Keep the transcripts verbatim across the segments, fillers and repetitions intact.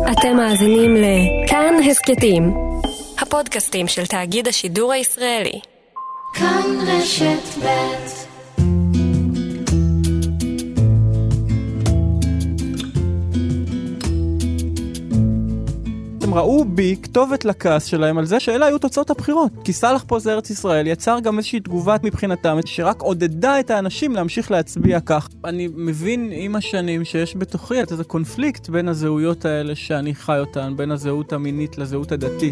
אתם מאזינים לכאן הסקטים, הפודקאסטים של תאגיד השידור הישראלי. כאן רשת ב'. הם ראו בי כתובת לכעס שלהם על זה שאלה היו תוצאות הבחירות. כי סלח פה זה ארץ ישראל יצר גם איזושהי תגובת מבחינתם שרק עודדה את האנשים להמשיך להצביע כך. אני מבין עם השנים שיש בתוכי איזה קונפליקט בין הזהויות האלה שאני חי אותן, בין הזהות המינית לזהות הדתית.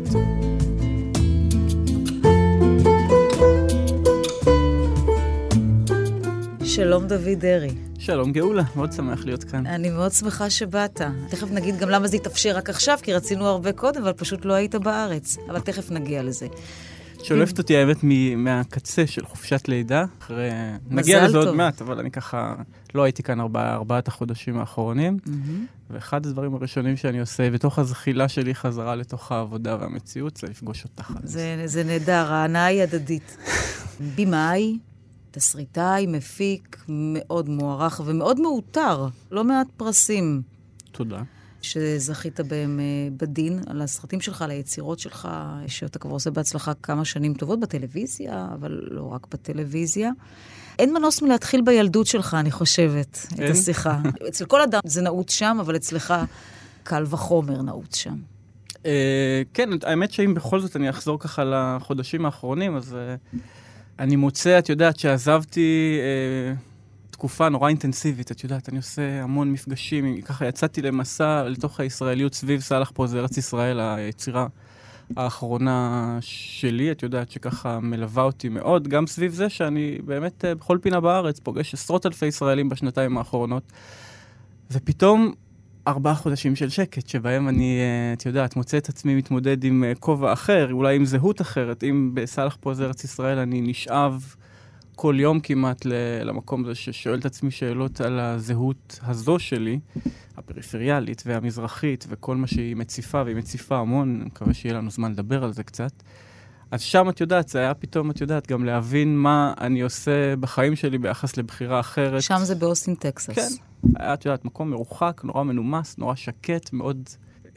שלום דוד דרי. שלום גאולה, מאוד שמח להיות כאן. אני מאוד שמחה שבאת. תכף נגיד גם למה זה יתאפשר רק עכשיו, כי רצינו הרבה קודם, אבל פשוט לא היית בארץ. אבל תכף נגיע לזה. שולפת אותי האמת מהקצה של חופשת לידה. אחרי... נגיע לזה עוד מעט, אבל אני ככה לא הייתי כאן ארבע, ארבעת החודשים האחרונים. ואחד הדברים הראשונים שאני עושה, בתוך הזחילה שלי חזרה לתוך העבודה והמציאות, זה לפגוש אותך. זה, זה נהדר, ההנאה היא הדדית. בימאי, תסריטאי, מפיק, מאוד מוערך ומאוד מאותר. לא מעט פרסים. תודה. שזכית בהם בדין, על הסרטים שלך, על היצירות שלך, שאתה כבר עושה בהצלחה כמה שנים טובות בטלוויזיה, אבל לא רק בטלוויזיה. אין מנוס מלהתחיל בילדות שלך, אני חושבת, אין? את השיחה. אצל כל אדם זה נעוץ שם, אבל אצלך קל וחומר נעוץ שם. אה, כן, האמת שאם בכל זאת אני אחזור ככה לחודשים האחרונים, אז אה, אני מוצא, את יודעת, שעזבתי... אה, תקופה נורא אינטנסיבית, את יודעת, אני עושה המון מפגשים, ככה יצאתי למסע לתוך הישראליות סביב סלח פה זה ארץ ישראל, היצירה האחרונה שלי, את יודעת שככה מלווה אותי מאוד, גם סביב זה שאני באמת בכל פינה בארץ פוגש עשרות אלפי ישראלים בשנתיים האחרונות, ופתאום ארבעה חודשים של שקט, שבהם אני, את יודעת, מוצא את עצמי מתמודד עם כובע אחר, אולי עם זהות אחרת, אם בסלח פה זה ארץ ישראל אני נשאב כל יום כמעט למקום הזה ששואל את עצמי שאלות על הזהות הזו שלי, הפריפריאלית והמזרחית וכל מה שהיא מציפה, והיא מציפה המון, אני מקווה שיהיה לנו זמן לדבר על זה קצת. אז שם את יודעת, זה היה פתאום, את יודעת, גם להבין מה אני עושה בחיים שלי ביחס לבחירה אחרת. שם זה באוסטין, טקסס. כן, היה, את יודעת, מקום מרוחק, נורא מנומס, נורא שקט, מאוד...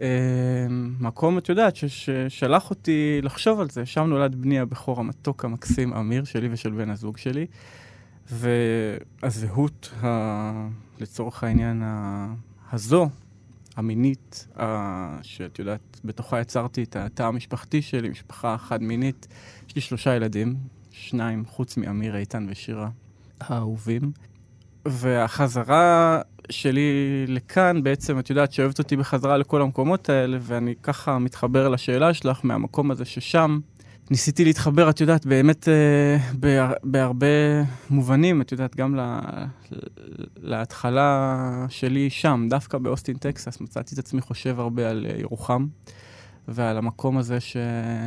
מקום, את יודעת, ששלח אותי לחשוב על זה. שם נולד בני הבכור המתוק המקסים אמיר שלי ושל בן הזוג שלי. והזהות, לצורך העניין הזו, המינית, שאת יודעת, בתוכה יצרתי את התא המשפחתי שלי, משפחה חד מינית. יש לי שלושה ילדים, שניים חוץ מאמיר, איתן ושירה, האהובים. והחזרה שלי לכאן בעצם, את יודעת, שאוהבת אותי בחזרה לכל המקומות האלה, ואני ככה מתחבר לשאלה שלך מהמקום הזה ששם, ניסיתי להתחבר, את יודעת, באמת אה, בהר, בהרבה מובנים, את יודעת, גם לה, להתחלה שלי שם, דווקא באוסטין, טקסס, מצאתי את עצמי חושב הרבה על ירוחם, ועל המקום הזה ש,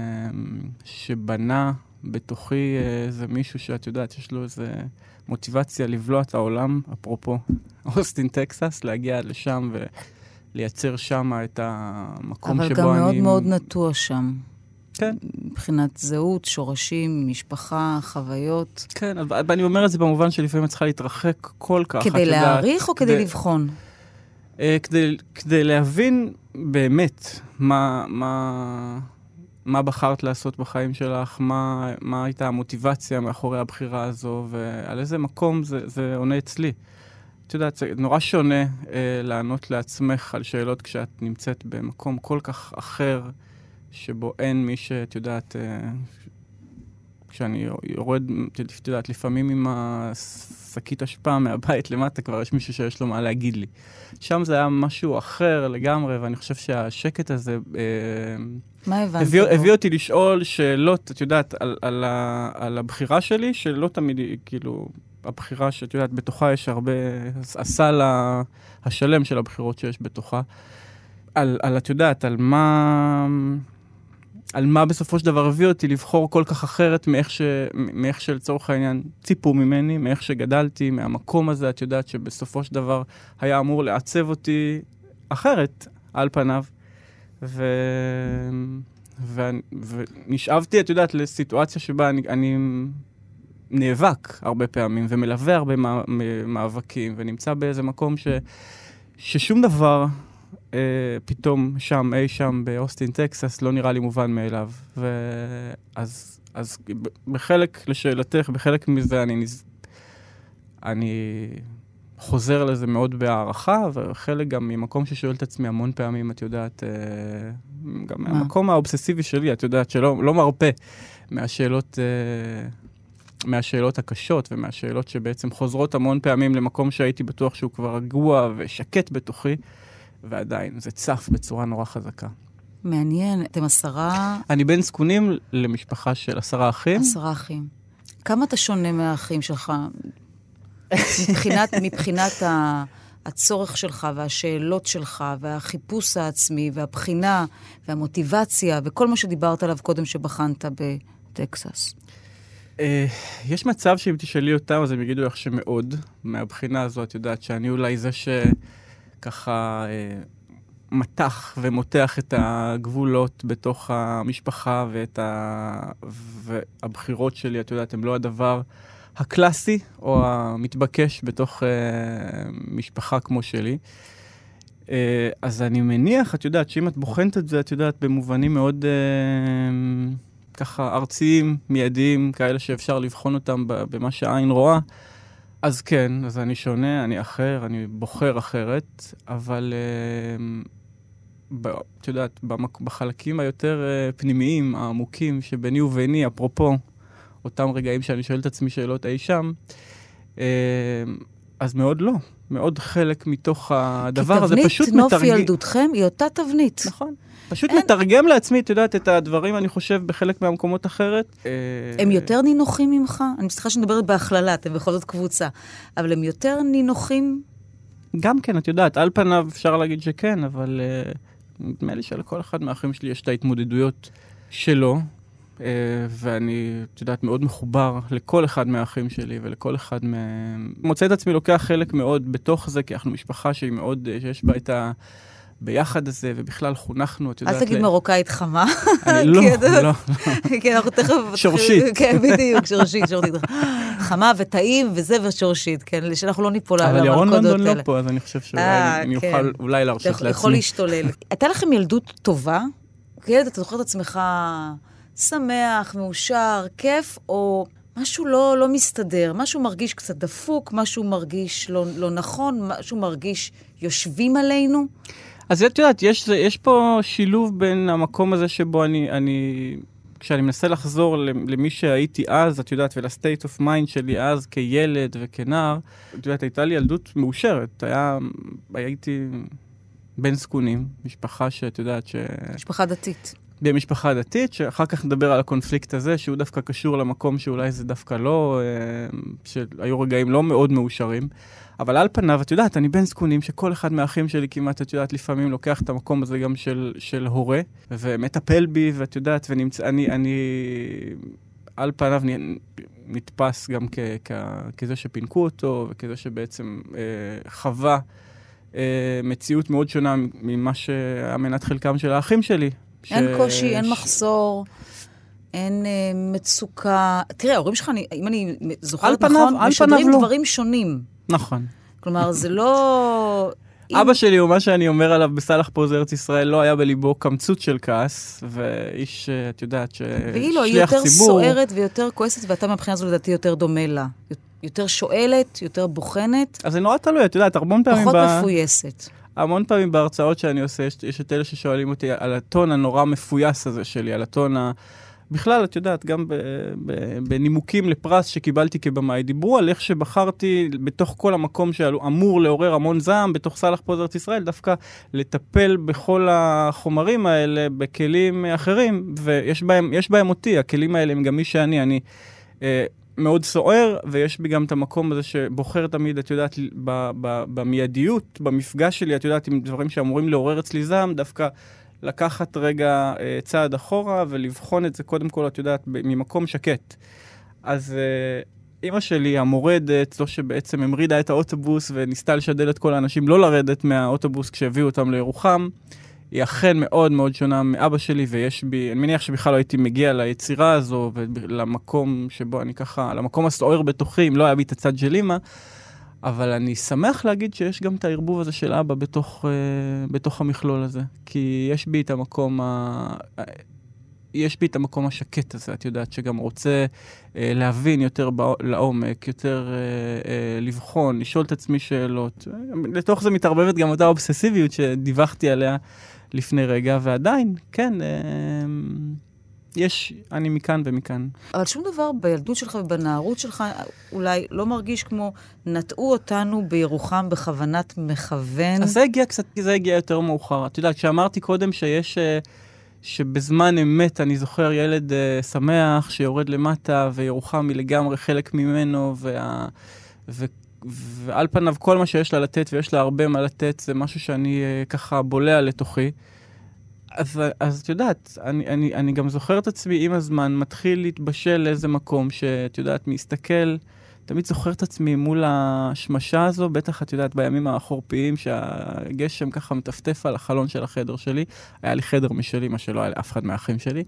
שבנה בתוכי איזה מישהו שאת יודעת, יש לו איזה... מוטיבציה לבלוע את העולם, אפרופו אוסטין, טקסס, להגיע לשם ולייצר שם את המקום שבו אני... אבל גם מאוד מאוד נטוע שם. כן. מבחינת זהות, שורשים, משפחה, חוויות. כן, אבל אני אומר את זה במובן שלפעמים את צריכה להתרחק כל כך. כדי להעריך או כדי לבחון? כדי, כדי להבין באמת מה... מה... מה בחרת לעשות בחיים שלך, מה, מה הייתה המוטיבציה מאחורי הבחירה הזו, ועל איזה מקום זה, זה עונה אצלי. את יודעת, זה נורא שונה אה, לענות לעצמך על שאלות כשאת נמצאת במקום כל כך אחר, שבו אין מי שאת יודעת, אה, כשאני יורד, את יודעת, לפעמים עם השקית השפעה מהבית למטה, כבר יש מישהו שיש לו מה להגיד לי. שם זה היה משהו אחר לגמרי, ואני חושב שהשקט הזה... אה, מה הבנת? הביא, הביא אותי לשאול שאלות, את יודעת, על, על, ה, על הבחירה שלי, שלא תמיד, כאילו, הבחירה שאת יודעת, בתוכה יש הרבה, הסל השלם של הבחירות שיש בתוכה, על, על את יודעת, על מה, על מה בסופו של דבר הביא אותי לבחור כל כך אחרת מאיך, ש, מאיך שלצורך העניין ציפו ממני, מאיך שגדלתי, מהמקום הזה, את יודעת, שבסופו של דבר היה אמור לעצב אותי אחרת על פניו. ו... ו... ונשאבתי, את יודעת, לסיטואציה שבה אני, אני נאבק הרבה פעמים, ומלווה הרבה מאבקים, ונמצא באיזה מקום ש... ששום דבר אה, פתאום שם, אי שם באוסטין, טקסס, לא נראה לי מובן מאליו. ואז, אז בחלק, לשאלתך, בחלק מזה אני, נז... אני חוזר לזה מאוד בהערכה, וחלק גם ממקום ששואל את עצמי המון פעמים, את יודעת, אה, גם מהמקום האובססיבי שלי, את יודעת, שלא לא מרפה מהשאלות... אה, מהשאלות הקשות ומהשאלות שבעצם חוזרות המון פעמים למקום שהייתי בטוח שהוא כבר רגוע ושקט בתוכי, ועדיין זה צף בצורה נורא חזקה. מעניין, אתם עשרה... אני בן זקונים למשפחה של עשרה אחים. עשרה אחים. כמה אתה שונה מהאחים שלך? מבחינת, מבחינת ה... הצורך שלך והשאלות שלך והחיפוש העצמי והבחינה והמוטיבציה וכל מה שדיברת עליו קודם שבחנת בטקסס. יש מצב שאם תשאלי אותם, אז הם יגידו לך שמאוד, מהבחינה הזאת, את יודעת, שאני אולי זה שככה מתח ומותח את הגבולות בתוך המשפחה, ואת הבחירות שלי, את יודעת, הם לא הדבר הקלאסי או המתבקש בתוך משפחה כמו שלי. אז אני מניח, את יודעת, שאם את בוחנת את זה, את יודעת, במובנים מאוד... ככה ארציים, מיידיים, כאלה שאפשר לבחון אותם במה שהעין רואה, אז כן, אז אני שונה, אני אחר, אני בוחר אחרת, אבל ב, את יודעת, בחלקים היותר פנימיים, העמוקים, שביני וביני, אפרופו, אותם רגעים שאני שואל את עצמי שאלות אי שם, אז מאוד לא, מאוד חלק מתוך הדבר הזה, פשוט מתרגם. כי תבנית נוף ילדותכם היא אותה תבנית. נכון. פשוט אין... מתרגם לעצמי, את יודעת, את הדברים, אני חושב, בחלק מהמקומות אחרת. הם יותר נינוחים ממך? אני מצליחה שנדברת בהכללה, אתם בכל זאת קבוצה. אבל הם יותר נינוחים? גם כן, את יודעת, על פניו אפשר להגיד שכן, אבל נדמה לי שלכל אחד מהאחים שלי יש את ההתמודדויות שלו, ואני, את יודעת, מאוד מחובר לכל אחד מהאחים שלי, ולכל אחד מהם... מוצא את עצמי לוקח חלק מאוד בתוך זה, כי אנחנו משפחה שהיא מאוד, שיש בה את ה... ביחד הזה, ובכלל חונכנו, את יודעת... אל תגיד מרוקאית חמה. לא, לא. כן, אנחנו תכף... שורשית. כן, בדיוק, שורשית, שורשית. חמה וטעים וזה ושורשית, כן, שאנחנו לא ניפול על המלכודות האלה. אבל ירון לונדון לא פה, אז אני חושב שאולי אוכל אולי להרשות לעצמי. יכול להשתולל. הייתה לכם ילדות טובה? כילד, אתה זוכר את עצמך שמח, מאושר, כיף, או משהו לא, לא מסתדר, משהו מרגיש קצת דפוק, משהו מרגיש לא, לא נכון, משהו מרגיש יושבים עלינו? אז את יודעת, יש, יש פה שילוב בין המקום הזה שבו אני, אני, כשאני מנסה לחזור למי שהייתי אז, את יודעת, ולסטייט אוף מיינד שלי אז כילד וכנער, את יודעת, הייתה לי ילדות מאושרת. היה, הייתי בן זקונים, משפחה שאת יודעת ש... משפחה דתית. במשפחה דתית, שאחר כך נדבר על הקונפליקט הזה, שהוא דווקא קשור למקום שאולי זה דווקא לא, שהיו רגעים לא מאוד מאושרים. אבל על פניו, את יודעת, אני בן זקונים שכל אחד מהאחים שלי כמעט, את יודעת, לפעמים לוקח את המקום הזה גם של, של הורה, ומטפל בי, ואת יודעת, ונמצא, אני, אני על פניו נתפס גם כ, כ, כזה שפינקו אותו, וכזה שבעצם אה, חווה אה, מציאות מאוד שונה ממה שהיה מנת חלקם של האחים שלי. אין ש... קושי, אין מחסור. אין אה, מצוקה. תראה, ההורים שלך, אני, אם אני זוכרת פניו, נכון, משדרים לא. דברים שונים. נכון. כלומר, זה לא... אבא אם... שלי, ומה שאני אומר עליו בסלח פה זה ארץ ישראל, לא היה בליבו קמצות של כעס, ואיש, את יודעת, ששליח ציבור... והיא לא, היא יותר סוערת ויותר כועסת, ואתה מבחינה זו לדעתי יותר דומה לה. יותר שואלת, יותר בוחנת. אז זה נורא תלוי, את יודעת, המון פעמים... פחות ב... מפויסת. המון פעמים בהרצאות שאני עושה, יש, יש את אלה ששואלים אותי על הטון הנורא מפויס הזה שלי, על הטון ה... בכלל, את יודעת, גם ב, ב, בנימוקים לפרס שקיבלתי כבמאי, דיברו על איך שבחרתי בתוך כל המקום שאמור לעורר המון זעם, בתוך סלח פה ארץ ישראל, דווקא לטפל בכל החומרים האלה בכלים אחרים, ויש בהם, יש בהם אותי, הכלים האלה הם גם מי שאני, אני אה, מאוד סוער, ויש בי גם את המקום הזה שבוחר תמיד, את יודעת, ב, ב, במיידיות, במפגש שלי, את יודעת, עם דברים שאמורים לעורר אצלי זעם, דווקא לקחת רגע אה, צעד אחורה ולבחון את זה קודם כל, את יודעת, ממקום שקט. אז אה, אמא שלי, המורדת, זו שבעצם המרידה את האוטובוס וניסתה לשדל את כל האנשים לא לרדת מהאוטובוס כשהביאו אותם לירוחם, היא אכן מאוד מאוד שונה מאבא שלי, ויש בי, אני מניח שבכלל לא הייתי מגיע ליצירה הזו, ולמקום שבו אני ככה, למקום הסוער בתוכי, אם לא היה בי את הצד של אמא, אבל אני שמח להגיד שיש גם את הערבוב הזה של אבא בתוך, בתוך המכלול הזה. כי יש בי את המקום, ה... יש בי את המקום השקט הזה, את יודעת, שגם רוצה אה, להבין יותר בא... לעומק, יותר אה, אה, לבחון, לשאול את עצמי שאלות. לתוך זה מתערבבת גם אותה אובססיביות שדיווחתי עליה לפני רגע, ועדיין, כן, אה, יש, אני מכאן ומכאן. אבל שום דבר בילדות שלך ובנערות שלך אולי לא מרגיש כמו נטעו אותנו בירוחם בכוונת מכוון. אז זה הגיע קצת, זה הגיע יותר מאוחר. את יודעת, כשאמרתי קודם שיש, שבזמן אמת אני זוכר ילד uh, שמח שיורד למטה וירוחם היא לגמרי חלק ממנו, וה, ו, ועל פניו כל מה שיש לה לתת ויש לה הרבה מה לתת, זה משהו שאני uh, ככה בולע לתוכי. אז, אז את יודעת, אני, אני, אני גם זוכר את עצמי עם הזמן, מתחיל להתבשל לאיזה מקום שאת יודעת, מסתכל, תמיד זוכר את עצמי מול השמשה הזו, בטח את יודעת, בימים החורפיים שהגשם ככה מטפטף על החלון של החדר שלי, היה לי חדר משלי, מה שלא היה לאף אחד מהאחים שלי,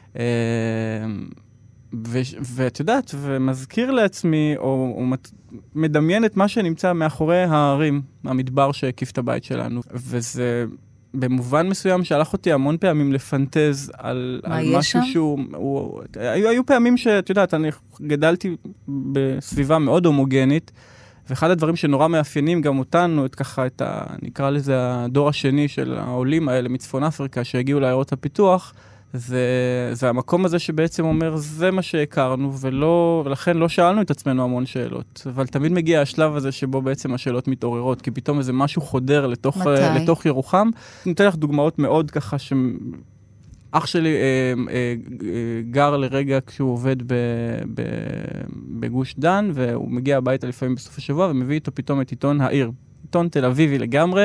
ו, ואת יודעת, ומזכיר לעצמי, או, או מדמיין את מה שנמצא מאחורי ההרים, המדבר שהקיף את הבית שלנו, וזה... במובן מסוים שהלך אותי המון פעמים לפנטז על, על משהו שם? שהוא... הוא, היו, היו פעמים שאת יודעת, אני גדלתי בסביבה מאוד הומוגנית, ואחד הדברים שנורא מאפיינים גם אותנו, את ככה, את ה, נקרא לזה הדור השני של העולים האלה מצפון אפריקה שהגיעו לעיירות הפיתוח, זה, זה המקום הזה שבעצם אומר, זה מה שהכרנו, ולא, ולכן לא שאלנו את עצמנו המון שאלות. אבל תמיד מגיע השלב הזה שבו בעצם השאלות מתעוררות, כי פתאום איזה משהו חודר לתוך, לתוך ירוחם. אני אתן לך דוגמאות מאוד ככה, שאח שלי אה, אה, אה, גר לרגע כשהוא עובד ב, ב, בגוש דן, והוא מגיע הביתה לפעמים בסוף השבוע, ומביא איתו פתאום את עיתון העיר. עיתון תל אביבי לגמרי,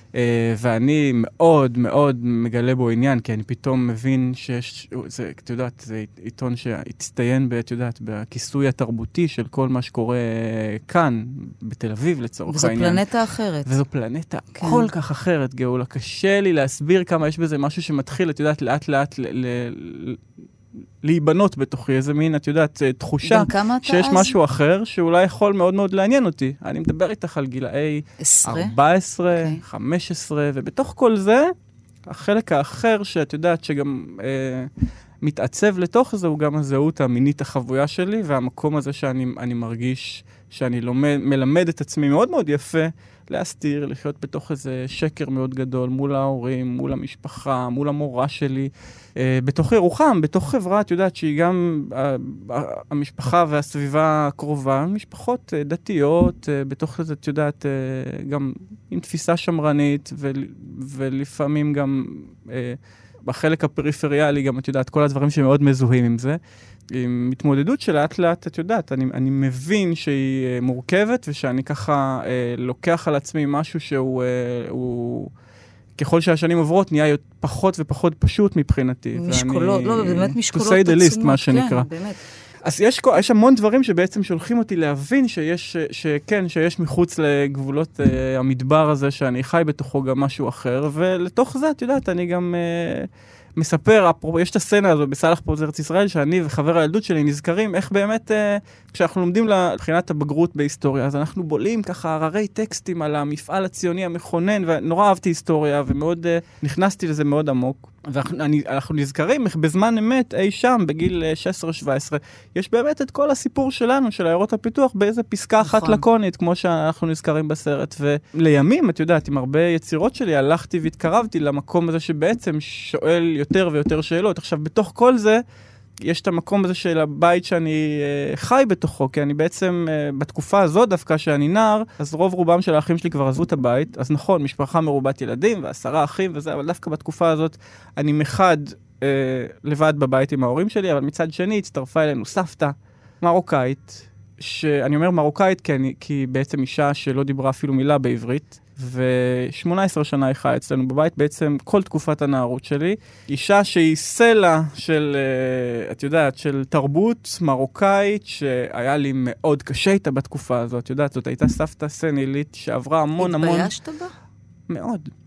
ואני מאוד מאוד מגלה בו עניין, כי אני פתאום מבין שיש, זה, את יודעת, זה עיתון שהצטיין, את יודעת, בכיסוי התרבותי של כל מה שקורה כאן, בתל אביב לצורך העניין. וזו פלנטה אחרת. וזו פלנטה כן. כל כך אחרת, גאולה. קשה לי להסביר כמה יש בזה משהו שמתחיל, את יודעת, לאט לאט ל... ל... להיבנות בתוכי, איזה מין, את יודעת, תחושה שיש אז? משהו אחר שאולי יכול מאוד מאוד לעניין אותי. אני מדבר איתך על גילאי ארבע עשרה, okay. חמש עשרה, ובתוך כל זה, החלק האחר שאת יודעת שגם אה, מתעצב לתוך זה, הוא גם הזהות המינית החבויה שלי, והמקום הזה שאני אני מרגיש שאני לומד, מלמד את עצמי מאוד מאוד יפה, להסתיר, לחיות בתוך איזה שקר מאוד גדול, מול ההורים, מול המשפחה, מול המורה שלי, אה, בתוך ירוחם, בתוך חברה, את יודעת, שהיא גם אה, המשפחה והסביבה הקרובה, משפחות אה, דתיות, אה, בתוך איזה, את יודעת, אה, גם עם תפיסה שמרנית, ו, ולפעמים גם אה, בחלק הפריפריאלי, גם את יודעת, כל הדברים שמאוד מזוהים עם זה, עם התמודדות שלאט לאט, את יודעת, אני, אני מבין שהיא אה, מורכבת, ושאני ככה אה, לוקח על עצמי משהו שהוא, אה, הוא, ככל שהשנים עוברות, נהיה פחות ופחות פשוט מבחינתי. משקולות, לא, באמת משקולות to say the least, מה שנקרא. כן, באמת. אז יש, יש המון דברים שבעצם שולחים אותי להבין שיש, שכן, שיש מחוץ לגבולות uh, המדבר הזה, שאני חי בתוכו גם משהו אחר, ולתוך זה, את יודעת, אני גם uh, מספר, יש את הסצנה הזו בסלח פה ארץ ישראל, שאני וחבר הילדות שלי נזכרים איך באמת, uh, כשאנחנו לומדים לבחינת הבגרות בהיסטוריה, אז אנחנו בולים ככה הררי טקסטים על המפעל הציוני המכונן, ונורא אהבתי היסטוריה, ומאוד uh, נכנסתי לזה מאוד עמוק. ואנחנו נזכרים איך בזמן אמת, אי שם, בגיל שש עשרה שבע עשרה, יש באמת את כל הסיפור שלנו, של עיירות הפיתוח, באיזה פסקה אחת נכון. לקונית, כמו שאנחנו נזכרים בסרט. ולימים, את יודעת, עם הרבה יצירות שלי, הלכתי והתקרבתי למקום הזה שבעצם שואל יותר ויותר שאלות. עכשיו, בתוך כל זה, יש את המקום הזה של הבית שאני uh, חי בתוכו, כי אני בעצם uh, בתקופה הזו דווקא שאני נער, אז רוב רובם של האחים שלי כבר עזבו את הבית, אז נכון, משפחה מרובת ילדים ועשרה אחים וזה, אבל דווקא בתקופה הזאת אני מחד uh, לבד בבית עם ההורים שלי, אבל מצד שני הצטרפה אלינו סבתא מרוקאית, שאני אומר מרוקאית כי, אני, כי בעצם אישה שלא דיברה אפילו מילה בעברית, ו-שמונה עשרה שנה היא חיה אצלנו בבית, בעצם כל תקופת הנערות שלי. אישה שהיא סלע של, את יודעת, של תרבות מרוקאית, שהיה לי מאוד קשה איתה בתקופה הזאת. את יודעת, זאת הייתה סבתא סנילית שעברה המון המון... התביישת בה? מאוד.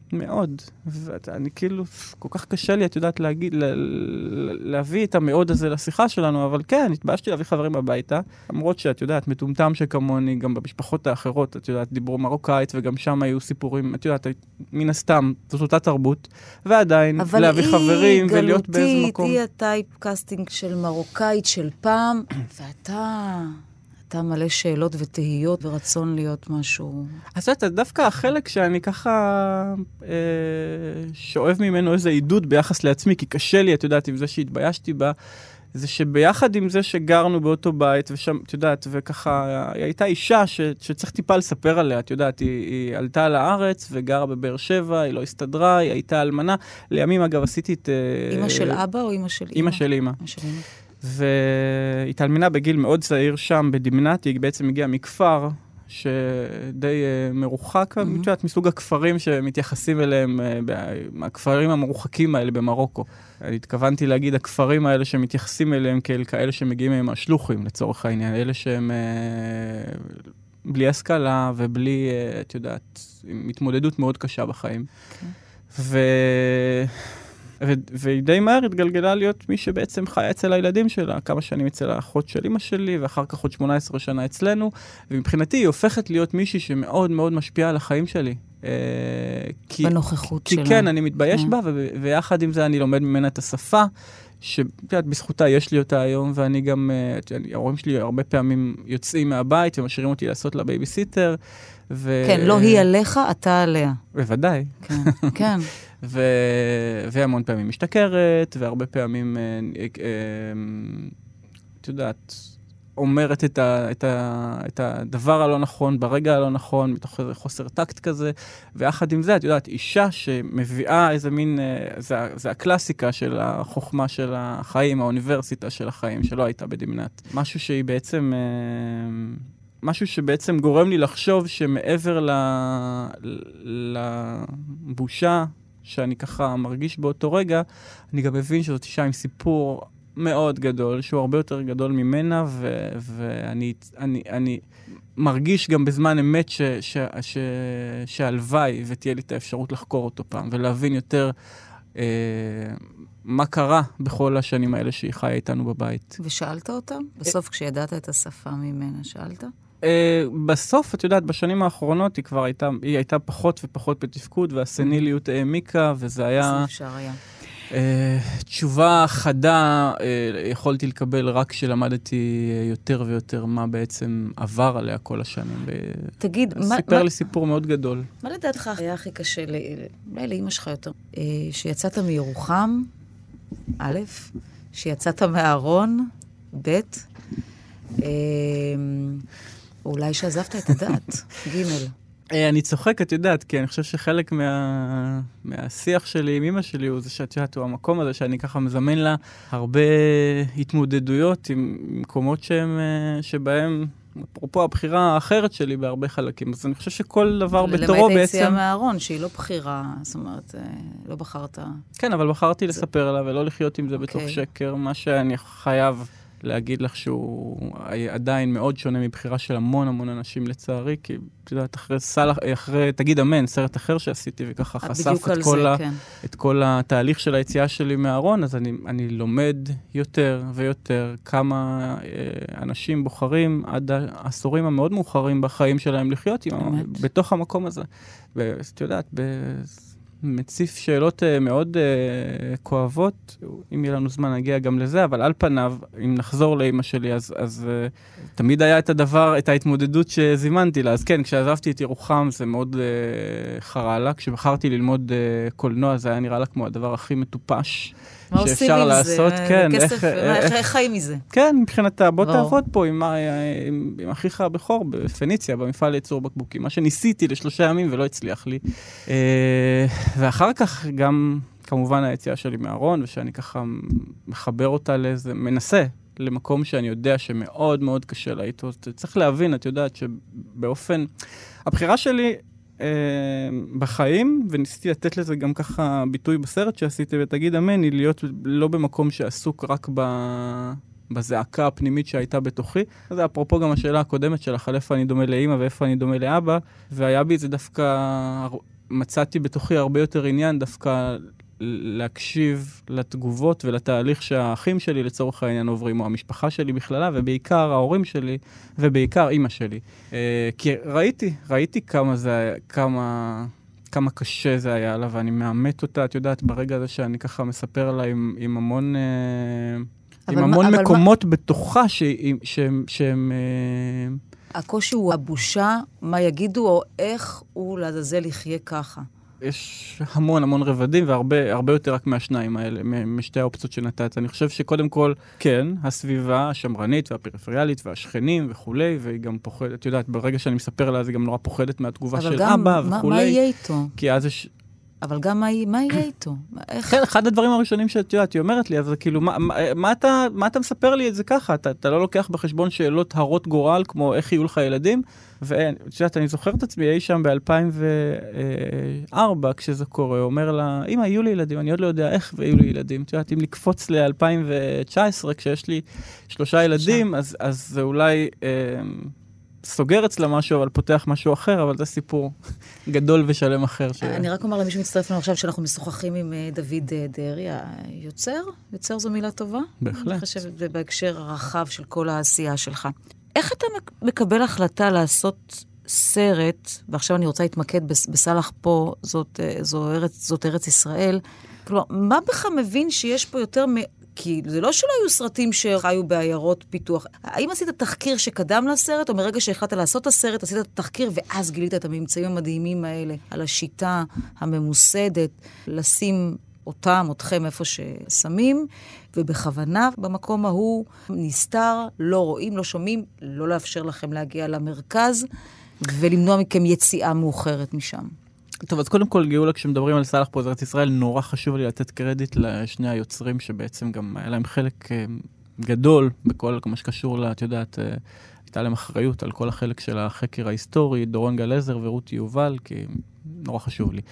מאוד. ואני כאילו, כל כך קשה לי, את יודעת, להגיד, להביא את המאוד הזה לשיחה שלנו, אבל כן, התבאשתי להביא חברים הביתה, למרות שאת יודעת, מטומטם שכמוני, גם במשפחות האחרות, את יודעת, דיברו מרוקאית, וגם שם היו סיפורים, את יודעת, מן הסתם, זאת אותה תרבות, ועדיין, להביא חברים, ולהיות באיזה מקום. אבל היא גלותית, היא הטייפקאסטינג של מרוקאית של פעם, ואתה... אתה מלא שאלות ותהיות ורצון להיות משהו... אז זאת, דווקא החלק שאני ככה אה, שואב ממנו איזה עידוד ביחס לעצמי, כי קשה לי, את יודעת, עם זה שהתביישתי בה, זה שביחד עם זה שגרנו באותו בית, ושם, את יודעת, וככה, היא הייתה אישה ש, שצריך טיפה לספר עליה, את יודעת, היא, היא עלתה לארץ וגרה בבאר שבע, היא לא הסתדרה, היא הייתה אלמנה. לימים, אגב, עשיתי את... אמא של אבא או אמא של אמא? אמא של אמא. אמא של אמא. והתאלמנה בגיל מאוד צעיר שם בדימנת, היא בעצם הגיעה מכפר שדי uh, מרוחק, mm-hmm. מתיודעת, מסוג הכפרים שמתייחסים אליהם, uh, הכפרים המרוחקים האלה במרוקו. התכוונתי להגיד, הכפרים האלה שמתייחסים אליהם כאל כאלה שמגיעים מהם השלוחים, לצורך העניין, אלה שהם uh, בלי השכלה ובלי, uh, את יודעת, התמודדות מאוד קשה בחיים. Okay. ו... והיא די מהר התגלגלה להיות מי שבעצם חיה אצל הילדים שלה, כמה שנים אצל האחות של אמא שלי, ואחר כך עוד שמונה עשרה שנה אצלנו, ומבחינתי היא הופכת להיות מישהי שמאוד מאוד משפיעה על החיים שלי. בנוכחות שלה. כי כן, אני מתבייש בה, ויחד עם זה אני לומד ממנה את השפה, שבזכותה יש לי אותה היום, ואני גם, ההורים שלי הרבה פעמים יוצאים מהבית, ומשאירים אותי לעשות לה בייביסיטר, ו... כן, לא היא עליך, אתה עליה. בוודאי. כן, כן. ו... והמון פעמים משתכרת, והרבה פעמים, את יודעת, אומרת את, ה... את, ה... את הדבר הלא נכון, ברגע הלא נכון, מתוך איזה חוסר טקט כזה, ויחד עם זה, את יודעת, אישה שמביאה איזה מין, זה, זה הקלאסיקה של החוכמה של החיים, האוניברסיטה של החיים, שלא הייתה בדימנת. משהו שהיא בעצם... משהו שבעצם גורם לי לחשוב שמעבר ל... לבושה שאני ככה מרגיש באותו רגע, אני גם מבין שזאת אישה עם סיפור מאוד גדול, שהוא הרבה יותר גדול ממנה, ו... ואני אני, אני מרגיש גם בזמן אמת ש... ש... ש... שהלוואי ותהיה לי את האפשרות לחקור אותו פעם, ולהבין יותר אה, מה קרה בכל השנים האלה שהיא חיה איתנו בבית. ושאלת אותה? בסוף כשידעת את השפה ממנה, שאלת? Uh, בסוף, את יודעת, בשנים האחרונות היא כבר הייתה, היא הייתה פחות ופחות בתפקוד, והסניליות העמיקה, וזה היה... אפשר היה. Uh, תשובה חדה, uh, יכולתי לקבל רק כשלמדתי יותר ויותר מה בעצם עבר עליה כל השנים. תגיד, מה... סיפר מה... לי סיפור מאוד גדול. מה לדעתך היה הכי קשה, אולי לאמא שלך יותר, uh, שיצאת מירוחם, א', שיצאת מהארון, ב', uh, אולי שעזבת את הדת, ג'. אני צוחק, את יודעת, כי אני חושב שחלק מה... מהשיח שלי עם אמא שלי הוא זה שאת יודעת, הוא המקום הזה שאני ככה מזמן לה הרבה התמודדויות עם מקומות שהם, שבהם, אפרופו הבחירה האחרת שלי בהרבה חלקים. אז אני חושב שכל דבר בתורו בעצם... למעט היציאה מהארון, שהיא לא בחירה, זאת אומרת, לא בחרת... כן, אבל בחרתי זה... לספר עליו ולא לחיות עם זה okay. בתוך שקר, מה שאני חייב... להגיד לך שהוא עדיין מאוד שונה מבחירה של המון המון אנשים לצערי, כי את יודעת, אחרי סלח, אחרי, תגיד אמן, סרט אחר שעשיתי, וככה חשף את כל, זה, ה, כן. את כל התהליך של היציאה שלי מהארון, אז אני, אני לומד יותר ויותר כמה אה, אנשים בוחרים עד העשורים המאוד מאוחרים בחיים שלהם לחיות עם, בתוך המקום הזה. ואת יודעת, ב... מציף שאלות uh, מאוד uh, כואבות, אם יהיה לנו זמן נגיע גם לזה, אבל על פניו, אם נחזור לאמא שלי, אז, אז uh, תמיד היה את הדבר, את ההתמודדות שזימנתי לה. אז כן, כשעזבתי את ירוחם זה מאוד uh, חרה לה. כשבחרתי ללמוד uh, קולנוע, זה היה נראה לה כמו הדבר הכי מטופש. מה עושים עם לעשות, זה? כן, כסף, איך, איך חיים מזה? כן, מבחינתה, בוא תעבוד פה עם, עם, עם אחיך הבכור בפניציה, במפעל לייצור בקבוקים, מה שניסיתי לשלושה ימים ולא הצליח לי. ואחר כך גם, כמובן, היציאה שלי מהארון, ושאני ככה מחבר אותה לאיזה, מנסה למקום שאני יודע שמאוד מאוד קשה לה איתו. צריך להבין, את יודעת שבאופן, הבחירה שלי, בחיים, וניסיתי לתת לזה גם ככה ביטוי בסרט שעשיתי, ותגיד אמן, היא להיות לא במקום שעסוק רק ב... בזעקה הפנימית שהייתה בתוכי. אז זה אפרופו גם השאלה הקודמת שלך, על איפה אני דומה לאמא ואיפה אני דומה לאבא, והיה בי זה דווקא מצאתי בתוכי הרבה יותר עניין דווקא להקשיב לתגובות ולתהליך שהאחים שלי לצורך העניין עוברים, או המשפחה שלי בכללה, ובעיקר ההורים שלי, ובעיקר אמא שלי. כי ראיתי, ראיתי כמה זה, כמה, כמה קשה זה היה לה, ואני מאמת אותה, את יודעת, ברגע הזה שאני ככה מספר לה עם, עם המון, עם המון מה, מקומות מה... בתוכה שהם... שהם, הקושי הוא הבושה, מה יגידו, או איך הוא לעזאזל יחיה ככה. יש המון המון רבדים, והרבה הרבה יותר רק מהשניים האלה, משתי האופציות שנתת. אני חושב שקודם כל, כן, הסביבה השמרנית והפריפריאלית והשכנים וכולי, והיא גם פוחדת, את יודעת, ברגע שאני מספר לה, זה גם נורא פוחדת מהתגובה של גם, אבא מה, וכולי. מה יהיה איתו? כי אז יש... אבל גם מה, מה יהיה איתו? איך... כן, אחד הדברים הראשונים שאת יודעת, היא אומרת לי, אז כאילו, מה, מה, מה, אתה, מה אתה מספר לי את זה ככה? אתה, אתה לא לוקח בחשבון שאלות הרות גורל, כמו איך יהיו לך ילדים? ואת יודעת, אני זוכר את עצמי, אי שם ב-אלפיים וארבע, כשזה קורה, אומר לה, אמא, יהיו לי ילדים, אני עוד לא יודע איך ויהיו לי ילדים. את יודעת, אם לקפוץ ל-אלפיים ותשע עשרה, כשיש לי שלושה ילדים, אז, אז זה אולי... אה, סוגר אצלה משהו, אבל פותח משהו אחר, אבל זה סיפור גדול ושלם אחר. ש... אני רק אומר למי שמצטרף לנו עכשיו, שאנחנו משוחחים עם דוד דרי, היוצר, יוצר זו מילה טובה. בהחלט. אני חושבת, ובהקשר הרחב של כל העשייה שלך. איך אתה מקבל החלטה לעשות סרט, ועכשיו אני רוצה להתמקד בסלח פה, זאת, זו ארץ, זאת ארץ ישראל, כלומר, מה בך מבין שיש פה יותר מ... כי זה לא שלא היו סרטים שחיו בעיירות פיתוח. האם עשית תחקיר שקדם לסרט, או מרגע שהחלטת לעשות את הסרט, עשית תחקיר ואז גילית את הממצאים המדהימים האלה, על השיטה הממוסדת, לשים אותם, אתכם איפה ששמים, ובכוונה במקום ההוא נסתר, לא רואים, לא שומעים, לא לאפשר לכם להגיע למרכז, ולמנוע מכם יציאה מאוחרת משם. טוב, אז קודם כל, גאולה, כשמדברים על סלח פה, ארץ ישראל, נורא חשוב לי לתת קרדיט לשני היוצרים, שבעצם גם היה להם חלק גדול בכל מה שקשור, את יודעת, הייתה להם אחריות על כל החלק של החקר ההיסטורי, דורון גלזר ורותי יובל, כי נורא חשוב לי.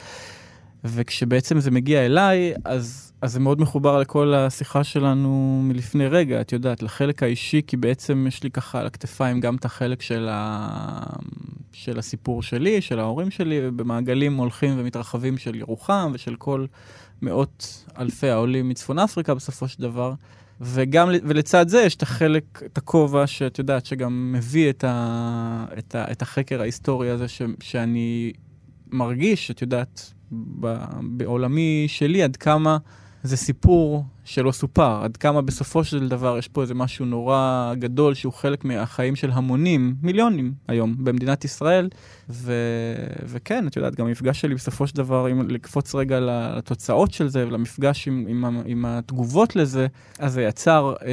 וכשבעצם זה מגיע אליי, אז, אז זה מאוד מחובר לכל השיחה שלנו מלפני רגע, את יודעת, לחלק האישי, כי בעצם יש לי ככה על הכתפיים גם את החלק של, ה... של הסיפור שלי, של ההורים שלי, ובמעגלים הולכים ומתרחבים של ירוחם, ושל כל מאות אלפי העולים מצפון אפריקה בסופו של דבר. וגם, ולצד זה יש את החלק, את הכובע שאת יודעת, שגם מביא את, ה... את, ה... את החקר ההיסטורי הזה, ש... שאני מרגיש, את יודעת, בעולמי שלי, עד כמה זה סיפור שלא סופר, עד כמה בסופו של דבר יש פה איזה משהו נורא גדול שהוא חלק מהחיים של המונים, מיליונים היום במדינת ישראל, ו... וכן, את יודעת, גם המפגש שלי בסופו של דבר, אם לקפוץ רגע לתוצאות של זה, ולמפגש עם, עם, עם התגובות לזה, אז זה יצר, אה,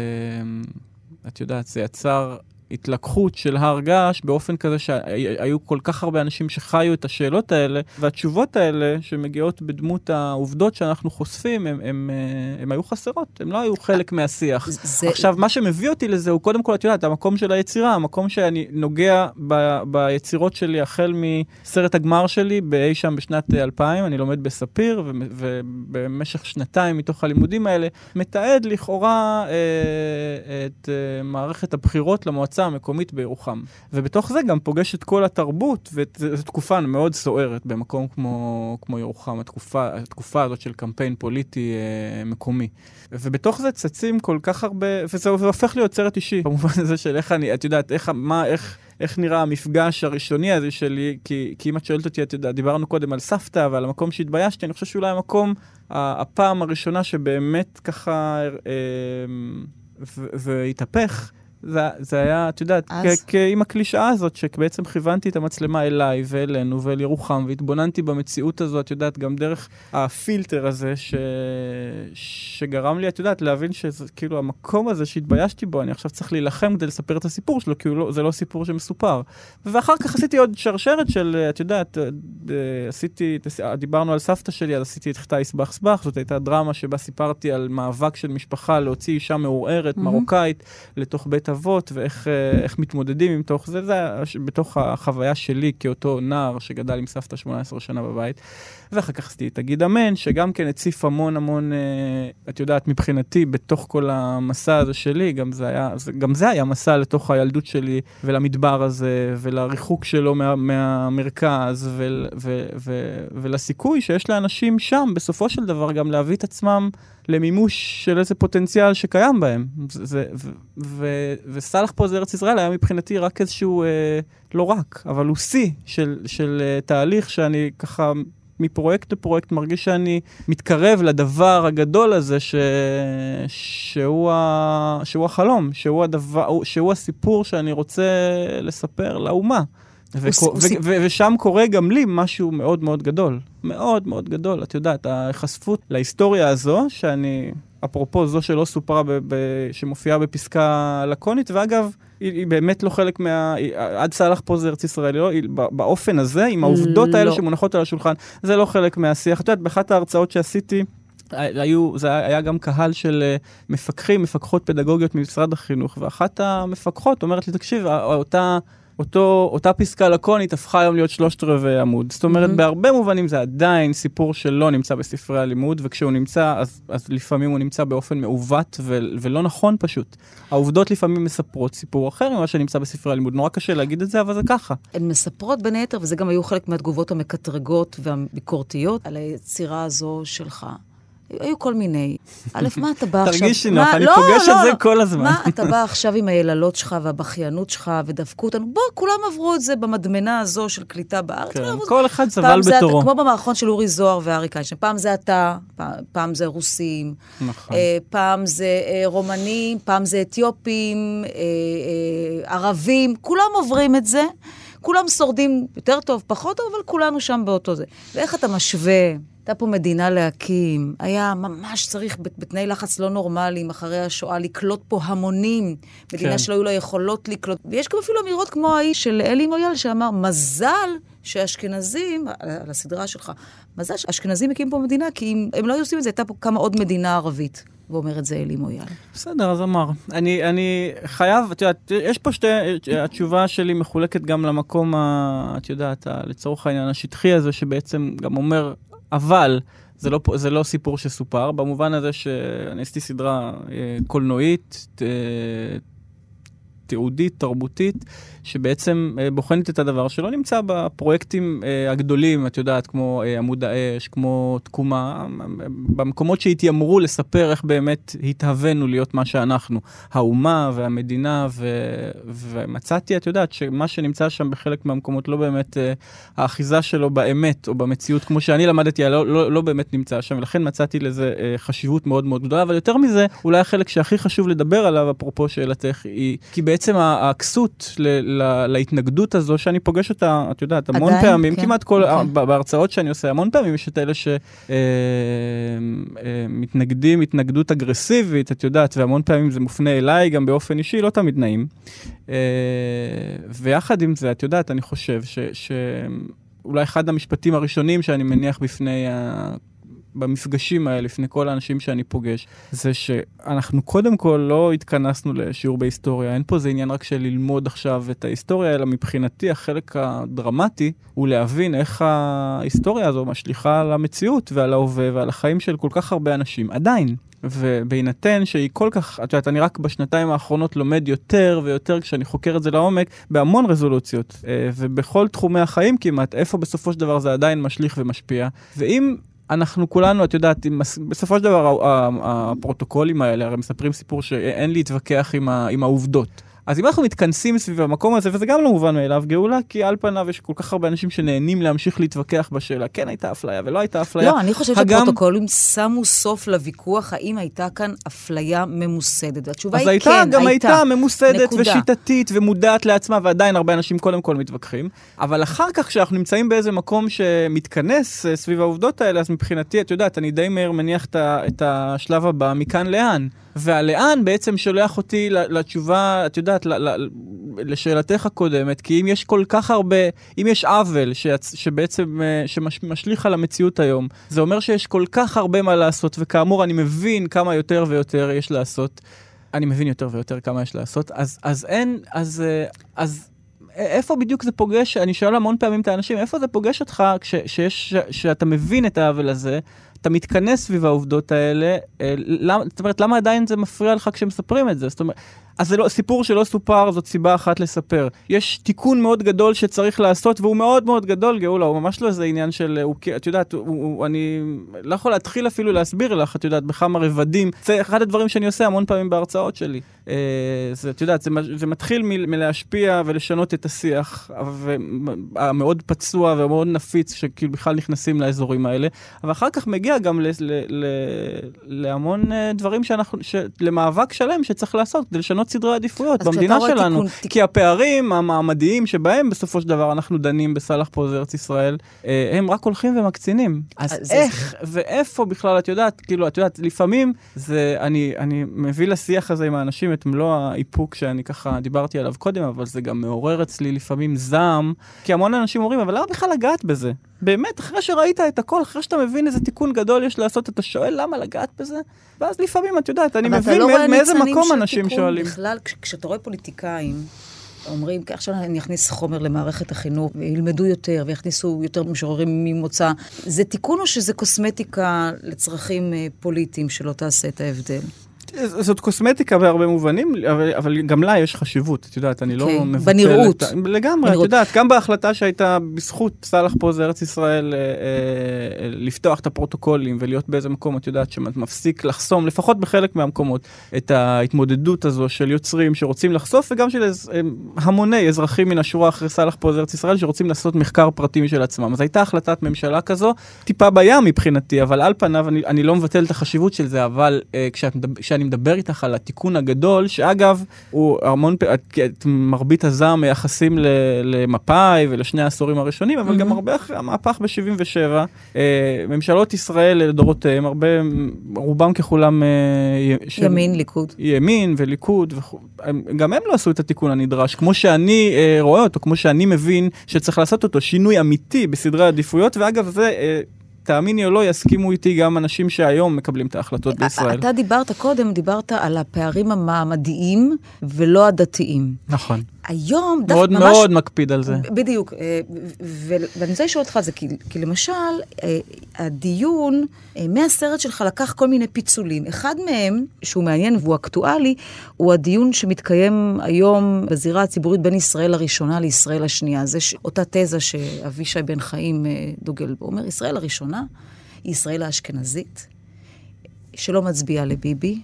את יודעת, זה יצר התלקחות של הר געש באופן כזה שהיו כל כך הרבה אנשים שחיו את השאלות האלה, והתשובות האלה שמגיעות בדמות העובדות שאנחנו חושפים, הם, הם, הם היו חסרות, הם לא היו חלק מהשיח. זה... עכשיו, מה שמביא אותי לזה הוא קודם כל, את יודעת, המקום של היצירה, המקום שאני נוגע ב, ביצירות שלי, החל מסרט הגמר שלי, באי שם בשנת אלפיים, אני לומד בספיר, ו, ובמשך שנתיים מתוך הלימודים האלה, מתעד לכאורה אה, את אה, מערכת הבחירות למועצה המקומית בירוחם. ובתוך זה גם פוגש את כל התרבות, וזו תקופה מאוד סוערת במקום כמו, כמו ירוחם, התקופה, התקופה הזאת של קמפיין פוליטי אה, מקומי. ובתוך זה צצים כל כך הרבה, וזה הופך להיות סרט אישי, במובן הזה של איך אני, את יודעת, איך, מה, איך, איך נראה המפגש הראשוני הזה שלי, כי, כי אם את שואלת אותי, את יודעת, דיברנו קודם על סבתא, ועל המקום שהתביישתי, אני חושב שאולי המקום, הפעם הראשונה שבאמת ככה, אה, והתהפך, זה, זה היה, את יודעת, עם הקלישאה הזאת, שבעצם כיוונתי את המצלמה אליי ואלינו ואל ירוחם, והתבוננתי במציאות הזו, את יודעת, גם דרך הפילטר הזה, ש... שגרם לי, את יודעת, להבין שזה, כאילו, המקום הזה שהתביישתי בו, אני עכשיו צריך להילחם כדי לספר את הסיפור שלו, כי לא, זה לא סיפור שמסופר. ואחר כך עשיתי עוד שרשרת של, את יודעת, עשיתי, דיברנו על סבתא שלי, אז עשיתי את חטא סבח סבח, זאת הייתה דרמה שבה סיפרתי על מאבק של משפחה להוציא אישה מעורערת, מרוקאית, לתוך בית הטבות ואיך איך מתמודדים עם תוך זה, זה בתוך החוויה שלי כאותו נער שגדל עם סבתא שמונה עשרה שנה בבית. ואחר כך עשיתי את תגיד אמן, שגם כן הציף המון המון, את יודעת, מבחינתי, בתוך כל המסע הזה שלי, גם זה היה, גם זה היה מסע לתוך הילדות שלי, ולמדבר הזה, ולריחוק שלו מה, מהמרכז, ו, ו, ו, ולסיכוי שיש לאנשים שם, בסופו של דבר, גם להביא את עצמם למימוש של איזה פוטנציאל שקיים בהם. זה, זה, ו, ו, וסלח פה זה ארץ ישראל, היה מבחינתי רק איזשהו, אה, לא רק, אבל הוא שיא של, של אה, תהליך שאני ככה, מפרויקט לפרויקט מרגיש שאני מתקרב לדבר הגדול הזה ש... שהוא, ה... שהוא החלום, שהוא, הדבר... שהוא הסיפור שאני רוצה לספר לאומה. ו... ו... ו... ושם קורה גם לי משהו מאוד מאוד גדול. מאוד מאוד גדול. את יודעת, החשפות להיסטוריה הזו, שאני, אפרופו זו שלא סופרה, ב... ב... שמופיעה בפסקה לקונית, ואגב, היא, היא באמת לא חלק מה... היא, עד סלח פה זה ארץ ישראל, לא, היא, באופן הזה, עם העובדות לא. האלה שמונחות על השולחן, זה לא חלק מהשיח. את יודעת, באחת ההרצאות שעשיתי, היו, זה היה גם קהל של מפקחים, מפקחות פדגוגיות ממשרד החינוך, ואחת המפקחות אומרת לי, תקשיב, אותה... אותו, אותה פסקה לקונית הפכה היום להיות שלושת רבעי עמוד. זאת אומרת, mm-hmm. בהרבה מובנים זה עדיין סיפור שלא נמצא בספרי הלימוד, וכשהוא נמצא, אז, אז לפעמים הוא נמצא באופן מעוות ו, ולא נכון פשוט. העובדות לפעמים מספרות סיפור אחר ממה שנמצא בספרי הלימוד. נורא קשה להגיד את זה, אבל זה ככה. הן מספרות בין היתר, וזה גם היו חלק מהתגובות המקטרגות והביקורתיות על היצירה הזו שלך. היו כל מיני. א', מה אתה בא עכשיו? תרגישי נוח, אני פוגש את זה כל הזמן. מה אתה בא עכשיו עם היללות שלך והבכיינות שלך ודפקו אותנו? בוא, כולם עברו את זה במדמנה הזו של קליטה בארץ. כל אחד סבל בתורו. כמו במערכון של אורי זוהר ואריק איינשטיין. פעם זה אתה, פעם זה רוסים, פעם זה רומנים, פעם זה אתיופים, ערבים. כולם עוברים את זה. כולם שורדים יותר טוב, פחות טוב, אבל כולנו שם באותו זה. ואיך אתה משווה? הייתה פה מדינה להקים, היה ממש צריך בתנאי לחץ לא נורמליים אחרי השואה לקלוט פה המונים, מדינה כן. שלא היו לה יכולות לקלוט. ויש גם אפילו אמירות כמו האיש של אלי מויאל שאמר, מזל שאשכנזים, על הסדרה שלך, מזל שאשכנזים הקים פה מדינה, כי אם הם לא עושים את זה, הייתה פה כמה עוד מדינה ערבית. ואומר את זה אלי מויאל. בסדר, אז אמר. אני, אני חייב, את יודעת, יש פה שתי, התשובה שלי מחולקת גם למקום, ה, את יודעת, לצורך העניין השטחי הזה, שבעצם גם אומר, אבל זה לא, זה לא סיפור שסופר, במובן הזה שאני עשיתי סדרה קולנועית, תיעודית, תרבותית, שבעצם בוחנת את הדבר שלא נמצא בפרויקטים הגדולים, את יודעת, כמו עמוד האש, כמו תקומה, במקומות שהתיימרו לספר איך באמת התהווינו להיות מה שאנחנו, האומה והמדינה, ו... ומצאתי, את יודעת, שמה שנמצא שם בחלק מהמקומות לא באמת, האחיזה שלו באמת, או במציאות, כמו שאני למדתי, לא, לא, לא באמת נמצא שם, ולכן מצאתי לזה חשיבות מאוד מאוד גדולה, אבל יותר מזה, אולי החלק שהכי חשוב לדבר עליו, אפרופו שאלתך, היא, כי בעצם הכסות ל... להתנגדות הזו, שאני פוגש אותה, את יודעת, המון עדיין, פעמים, כן. כמעט כל, כן. בהרצאות שאני עושה, המון פעמים יש את אלה שמתנגדים, התנגדות אגרסיבית, את יודעת, והמון פעמים זה מופנה אליי, גם באופן אישי, לא תמיד נעים. ויחד עם זה, את יודעת, אני חושב שאולי אחד המשפטים הראשונים שאני מניח בפני ה... במפגשים האלה, לפני כל האנשים שאני פוגש, זה שאנחנו קודם כל לא התכנסנו לשיעור בהיסטוריה. אין פה זה עניין רק של ללמוד עכשיו את ההיסטוריה, אלא מבחינתי החלק הדרמטי הוא להבין איך ההיסטוריה הזו משליחה על המציאות ועל ההווה ועל החיים של כל כך הרבה אנשים. עדיין. ובהינתן שהיא כל כך, את יודעת, אני רק בשנתיים האחרונות לומד יותר ויותר כשאני חוקר את זה לעומק, בהמון רזולוציות, ובכל תחומי החיים כמעט, איפה בסופו של דבר זה עדיין משליך ומשפיע. ואם אנחנו כולנו, את יודעת, בסופו של דבר הפרוטוקולים האלה, הרי מספרים סיפור שאין להתווכח עם, עם העובדות. אז אם אנחנו מתכנסים סביב המקום הזה, וזה גם לא מובן מאליו, גאולה, כי על פניו יש כל כך הרבה אנשים שנהנים להמשיך להתווכח בשאלה, כן הייתה אפליה ולא הייתה אפליה. לא, אני חושבת הגם... שפרוטוקולים שמו סוף לוויכוח, האם הייתה כאן אפליה ממוסדת. התשובה היא הייתה, כן, גם הייתה. הייתה ממוסדת נקודה. ושיטתית ומודעת לעצמה, ועדיין הרבה אנשים קודם כל מתווכחים. אבל אחר כך, כשאנחנו נמצאים באיזה מקום שמתכנס סביב העובדות האלה, אז מבחינתי, את יודעת, אני די מהר מניח את השלב הבא, מכאן לאן. והלאן בעצם שולח אותי לתשובה, את יודעת, לשאלתך הקודמת, כי אם יש כל כך הרבה, אם יש עוול שבעצם, שמשליך על המציאות היום, זה אומר שיש כל כך הרבה מה לעשות, וכאמור אני מבין כמה יותר ויותר יש לעשות, אני מבין יותר ויותר כמה יש לעשות. אז, אז אין, אז, אז איפה בדיוק זה פוגש, אני שואל המון פעמים את האנשים, איפה זה פוגש אותך כש, שיש, שאתה מבין את העוול הזה, אתה מתכנס סביב העובדות האלה, למה, זאת אומרת, למה עדיין זה מפריע לך כשמספרים את זה? זאת אומרת, אז זה לא, סיפור שלא סופר, זאת סיבה אחת לספר. יש תיקון מאוד גדול שצריך לעשות, והוא מאוד מאוד גדול, גאולה, הוא ממש לא איזה עניין של, הוא, את יודעת, הוא, הוא, אני לא יכול להתחיל אפילו להסביר לך, את יודעת, בכמה רבדים. זה אחד הדברים שאני עושה המון פעמים בהרצאות שלי. אה, זה, את יודעת, זה, זה מתחיל מ, מלהשפיע ולשנות את השיח, המאוד פצוע ומאוד נפיץ, שכאילו בכלל נכנסים לאזורים האלה, אבל אחר כך מגיע גם ל, ל, ל, להמון דברים שאנחנו, למאבק שלם שצריך לעשות, כדי לשנות סדרי עדיפויות במדינה שלנו. תיקון... כי הפערים המעמדיים שבהם בסופו של דבר אנחנו דנים בסלח פה זה ארץ ישראל, הם רק הולכים ומקצינים. אז, אז איך זה... ואיפה בכלל את יודעת, כאילו את יודעת, לפעמים זה, אני, אני מביא לשיח הזה עם האנשים את מלוא האיפוק שאני ככה דיברתי עליו קודם, אבל זה גם מעורר אצלי לפעמים זעם, כי המון אנשים אומרים, אבל למה בכלל לגעת בזה? באמת, אחרי שראית את הכל, אחרי שאתה מבין איזה תיקון גדול יש לעשות, אתה שואל למה לגעת בזה? ואז לפעמים, את יודעת, אני מבין לא מאיזה מקום אנשים שואלים. בכלל, כשאתה רואה פוליטיקאים, אומרים, עכשיו אני אכניס חומר למערכת החינוך, וילמדו יותר, ויכניסו יותר משוררים ממוצא. זה תיקון או שזה קוסמטיקה לצרכים פוליטיים שלא תעשה את ההבדל? זאת קוסמטיקה בהרבה מובנים, אבל, אבל גם לה יש חשיבות, את יודעת, אני okay. לא מבטלת. בנראות. לגמרי, בנראות. את יודעת, גם בהחלטה שהייתה בזכות סלח פה זה ארץ ישראל, אה, אה, לפתוח את הפרוטוקולים ולהיות באיזה מקום, את יודעת, שמפסיק לחסום, לפחות בחלק מהמקומות, את ההתמודדות הזו של יוצרים שרוצים לחשוף, וגם של אה, המוני אזרחים מן השורה אחרי סלח פה זה ארץ ישראל, שרוצים לעשות מחקר פרטי משל עצמם. אז הייתה החלטת ממשלה כזו, טיפה בים מבחינתי, אבל על פניו אני, אני לא מבטל את החשיבות של זה, אבל אה, כשאת, כשאני מדבר איתך על התיקון הגדול, שאגב, הוא המון, את מרבית הזעם מייחסים למפאי ולשני העשורים הראשונים, אבל גם הרבה אחרי המהפך ב-שבעים ושבע, ממשלות ישראל לדורותיהם, הרבה, רובם ככולם ימין, ליכוד. ימין וליכוד, גם הם לא עשו את התיקון הנדרש, כמו שאני רואה אותו, כמו שאני מבין שצריך לעשות אותו, שינוי אמיתי בסדרי העדיפויות, ואגב זה תאמיני או לא, יסכימו איתי גם אנשים שהיום מקבלים את ההחלטות בישראל. אתה דיברת קודם, דיברת על הפערים המעמדיים ולא הדתיים. נכון. היום מאוד ממש... מאוד מקפיד על זה. בדיוק. ואני רוצה לשאול אותך זה, כי, כי למשל, הדיון מהסרט שלך לקח כל מיני פיצולים. אחד מהם, שהוא מעניין והוא אקטואלי, הוא הדיון שמתקיים היום בזירה הציבורית בין ישראל הראשונה לישראל השנייה. זה אותה תזה שאבישי בן חיים דוגל בו. הוא אומר, ישראל הראשונה היא ישראל האשכנזית, שלא מצביעה לביבי,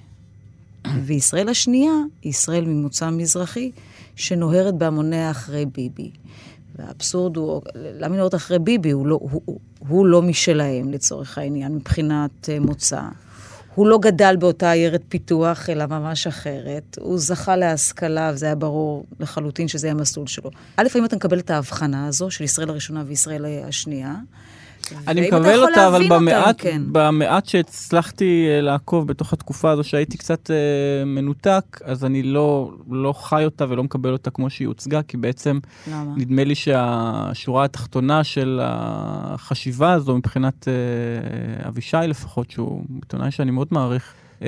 וישראל השנייה היא ישראל ממוצא מזרחי, שנוהרת בהמוניה אחרי ביבי. והאבסורד הוא, למה נוהרת אחרי ביבי? הוא לא, הוא, הוא, הוא לא משלהם לצורך העניין, מבחינת מוצא. הוא לא גדל באותה עיירת פיתוח, אלא ממש אחרת. הוא זכה להשכלה, וזה היה ברור לחלוטין שזה היה המסלול שלו. א', האם אתה מקבל את ההבחנה הזו של ישראל הראשונה וישראל השנייה? אני מקבל אותה, אבל במעט, כן. במעט שהצלחתי לעקוב בתוך התקופה הזו שהייתי קצת uh, מנותק, אז אני לא, לא חי אותה ולא מקבל אותה כמו שהיא הוצגה, כי בעצם למה? נדמה לי שהשורה התחתונה של החשיבה הזו, מבחינת uh, אבישי לפחות, שהוא עיתונאי שאני מאוד מעריך, Uh,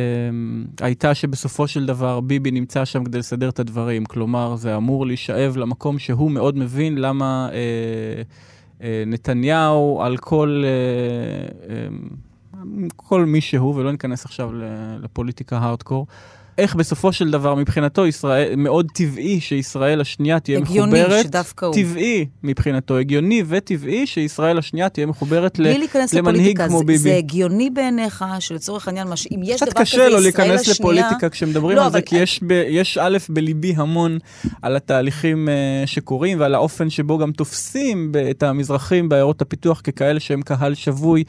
הייתה שבסופו של דבר ביבי נמצא שם כדי לסדר את הדברים, כלומר זה אמור להישאב למקום שהוא מאוד מבין למה uh, uh, נתניהו על כל uh, uh, כל מי שהוא, ולא ניכנס עכשיו לפוליטיקה הארדקור, איך בסופו של דבר מבחינתו ישראל, מאוד טבעי שישראל השנייה תהיה הגיוני מחוברת. הגיוני שדווקא הוא. טבעי מבחינתו, הגיוני וטבעי שישראל השנייה תהיה מחוברת למנהיג כמו ביבי. זה הגיוני בעיניך שלצורך העניין, אם יש דבר כזה ישראל השנייה... קצת קשה לו להיכנס לפוליטיקה כשמדברים על זה, כי יש א' בליבי המון על התהליכים שקורים, ועל האופן שבו גם תופסים את המזרחים בעיירות הפיתוח ככאלה שהם קהל שבוי,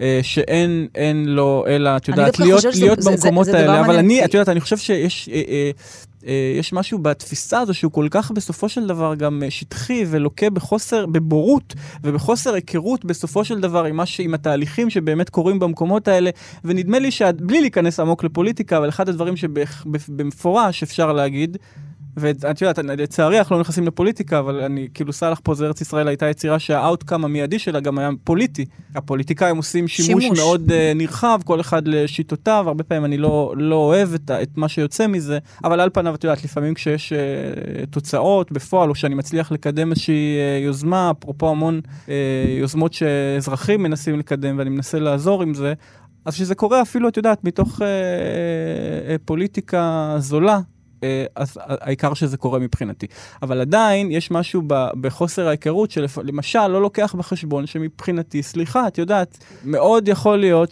שאין לו אלא, את יודעת, להיות במקומות האלה. אבל אני, את יודעת, אני חושב שיש אה, אה, אה, יש משהו בתפיסה הזו שהוא כל כך בסופו של דבר גם שטחי ולוקה בחוסר, בבורות ובחוסר היכרות בסופו של דבר עם, ש... עם התהליכים שבאמת קורים במקומות האלה, ונדמה לי שבלי להיכנס עמוק לפוליטיקה, אבל אחד הדברים שבמפורש אפשר להגיד, ואת יודעת, לצערי אנחנו לא נכנסים לפוליטיקה, אבל אני, כאילו סלח פה זה ארץ ישראל הייתה יצירה שהאוטקאם המיידי שלה גם היה פוליטי. הפוליטיקאים עושים שימוש, שימוש. מאוד uh, נרחב, כל אחד לשיטותיו, הרבה פעמים אני לא, לא אוהב את, את מה שיוצא מזה, אבל על פניו, את יודעת, לפעמים כשיש uh, תוצאות בפועל, או שאני מצליח לקדם איזושהי uh, יוזמה, אפרופו המון uh, יוזמות שאזרחים מנסים לקדם, ואני מנסה לעזור עם זה, אז שזה קורה אפילו, את יודעת, מתוך uh, uh, פוליטיקה זולה, אז העיקר שזה קורה מבחינתי. אבל עדיין יש משהו בחוסר ההיכרות שלמשל לא לוקח בחשבון שמבחינתי, סליחה, את יודעת, מאוד יכול להיות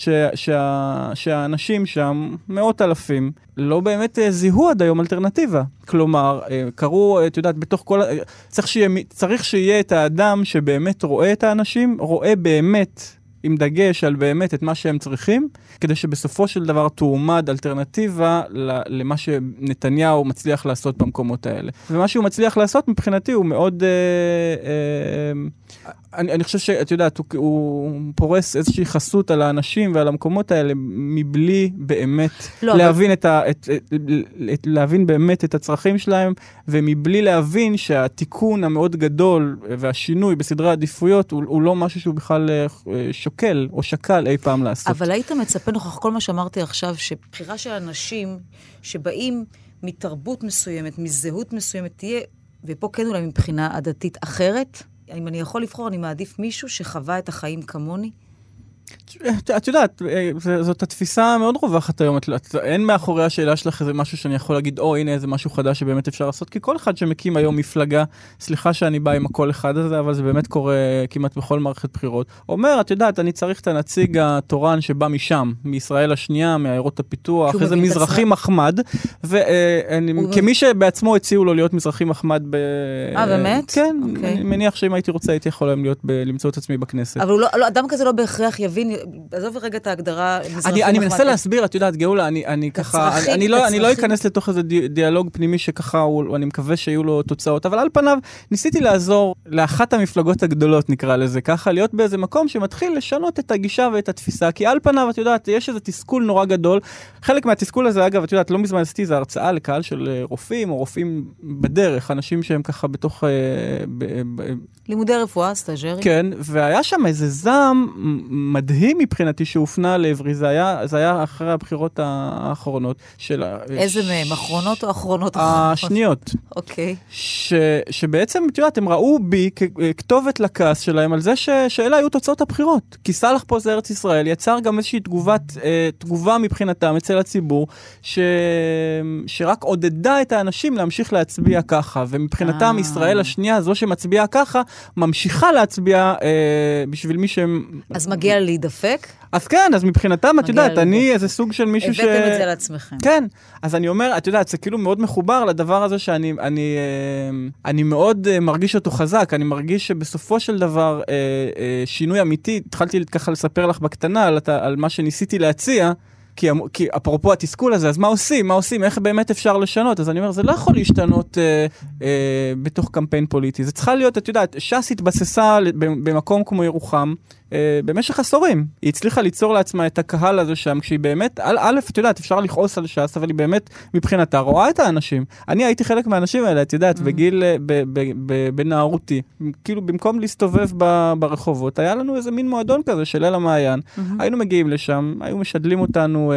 שהאנשים שם, מאות אלפים, לא באמת זיהו עד היום אלטרנטיבה. כלומר, קראו, את יודעת, בתוך כל... צריך שיהיה, צריך שיהיה את האדם שבאמת רואה את האנשים, רואה באמת עם דגש על באמת את מה שהם צריכים, כדי שבסופו של דבר תועמד אלטרנטיבה למה שנתניהו מצליח לעשות במקומות האלה. ומה שהוא מצליח לעשות מבחינתי הוא מאוד... אה, אה, אני, אני חושב שאת יודעת, הוא, הוא פורס איזושהי חסות על האנשים ועל המקומות האלה, מבלי באמת לא, להבין, אבל... את ה, את, את, את, להבין באמת את הצרכים שלהם, ומבלי להבין שהתיקון המאוד גדול והשינוי בסדרי העדיפויות, הוא, הוא לא משהו שהוא בכלל שוקל או שקל אי פעם לעשות. אבל היית מצפה נוכח כל מה שאמרתי עכשיו, שבחירה של אנשים שבאים מתרבות מסוימת, מזהות מסוימת, תהיה, ופה כן אולי מבחינה עדתית אחרת, אם אני יכול לבחור, אני מעדיף מישהו שחווה את החיים כמוני? את יודעת, זאת התפיסה מאוד רווחת היום. אין מאחורי השאלה שלך איזה משהו שאני יכול להגיד, או הנה איזה משהו חדש שבאמת אפשר לעשות, כי כל אחד שמקים היום מפלגה, סליחה שאני בא עם הכל אחד הזה, אבל זה באמת קורה כמעט בכל מערכת בחירות. אומר, את יודעת, אני צריך את הנציג התורן שבא משם, מישראל השנייה, מעיירות הפיתוח, איזה מזרחי מחמד, וכמי שבעצמו הציעו לו להיות מזרחי מחמד ב... אה, באמת? כן, אני מניח שאם הייתי רוצה, הייתי יכול למצוא את עצמי בכנסת. אבל אדם כזה לא בהכרח יבין, עזוב רגע את ההגדרה אני, אני מנסה להסביר, את יודעת, גאולה, אני, אני ככה, אני, אני, לא, אני לא אכנס לתוך איזה דיאלוג פנימי שככה, הוא, אני מקווה שיהיו לו תוצאות, אבל על פניו, ניסיתי לעזור לאחת המפלגות הגדולות, נקרא לזה, ככה, להיות באיזה מקום שמתחיל לשנות את הגישה ואת התפיסה, כי על פניו, את יודעת, יש איזה תסכול נורא גדול, חלק מהתסכול הזה, אגב, את יודעת, לא מזמן עשיתי איזו הרצאה לקהל של רופאים, או רופאים בדרך, אנשים שהם ככה בתוך... ב, ב, לימודי רפואה, סטאז'רים. כן, והיה שם איזה זעם מדהים מבחינתי שהופנה לעברי, זה היה, זה היה אחרי הבחירות האחרונות של... איזה מהם? אחרונות או אחרונות? השניות. אוקיי. ש, שבעצם, את יודעת, הם ראו בי ככתובת לכעס שלהם על זה ש, שאלה היו תוצאות הבחירות. כי סלח פה זה ארץ ישראל, יצר גם איזושהי תגובת, תגובה מבחינתם אצל הציבור, ש, שרק עודדה את האנשים להמשיך להצביע ככה, ומבחינתם ישראל השנייה, זו שמצביעה ככה, ממשיכה להצביע אה, בשביל מי שהם... אז מגיע להידפק? אז כן, אז מבחינתם, את יודעת, אני איזה סוג של מישהו ש... הבאתם את זה לעצמכם. כן, אז אני אומר, את יודעת, זה כאילו מאוד מחובר לדבר הזה שאני אני, אני מאוד מרגיש אותו חזק, אני מרגיש שבסופו של דבר שינוי אמיתי, התחלתי ככה לספר לך בקטנה על, על מה שניסיתי להציע, כי, כי אפרופו התסכול הזה, אז מה עושים? מה עושים? איך באמת אפשר לשנות? אז אני אומר, זה לא יכול להשתנות אה, אה, בתוך קמפיין פוליטי. זה צריכה להיות, את יודעת, ש"ס התבססה במקום כמו ירוחם, אה, במשך עשורים. היא הצליחה ליצור לעצמה את הקהל הזה שם, כשהיא באמת, א', א', את יודעת, אפשר לכעוס על ש"ס, אבל היא באמת, מבחינתה, רואה את האנשים. אני הייתי חלק מהאנשים האלה, את יודעת, בגיל, בנערותי. כאילו, במקום להסתובב ברחובות, היה לנו איזה מין מועדון כזה של אל המעיין. היינו מגיעים לשם, היו משדלים אותנו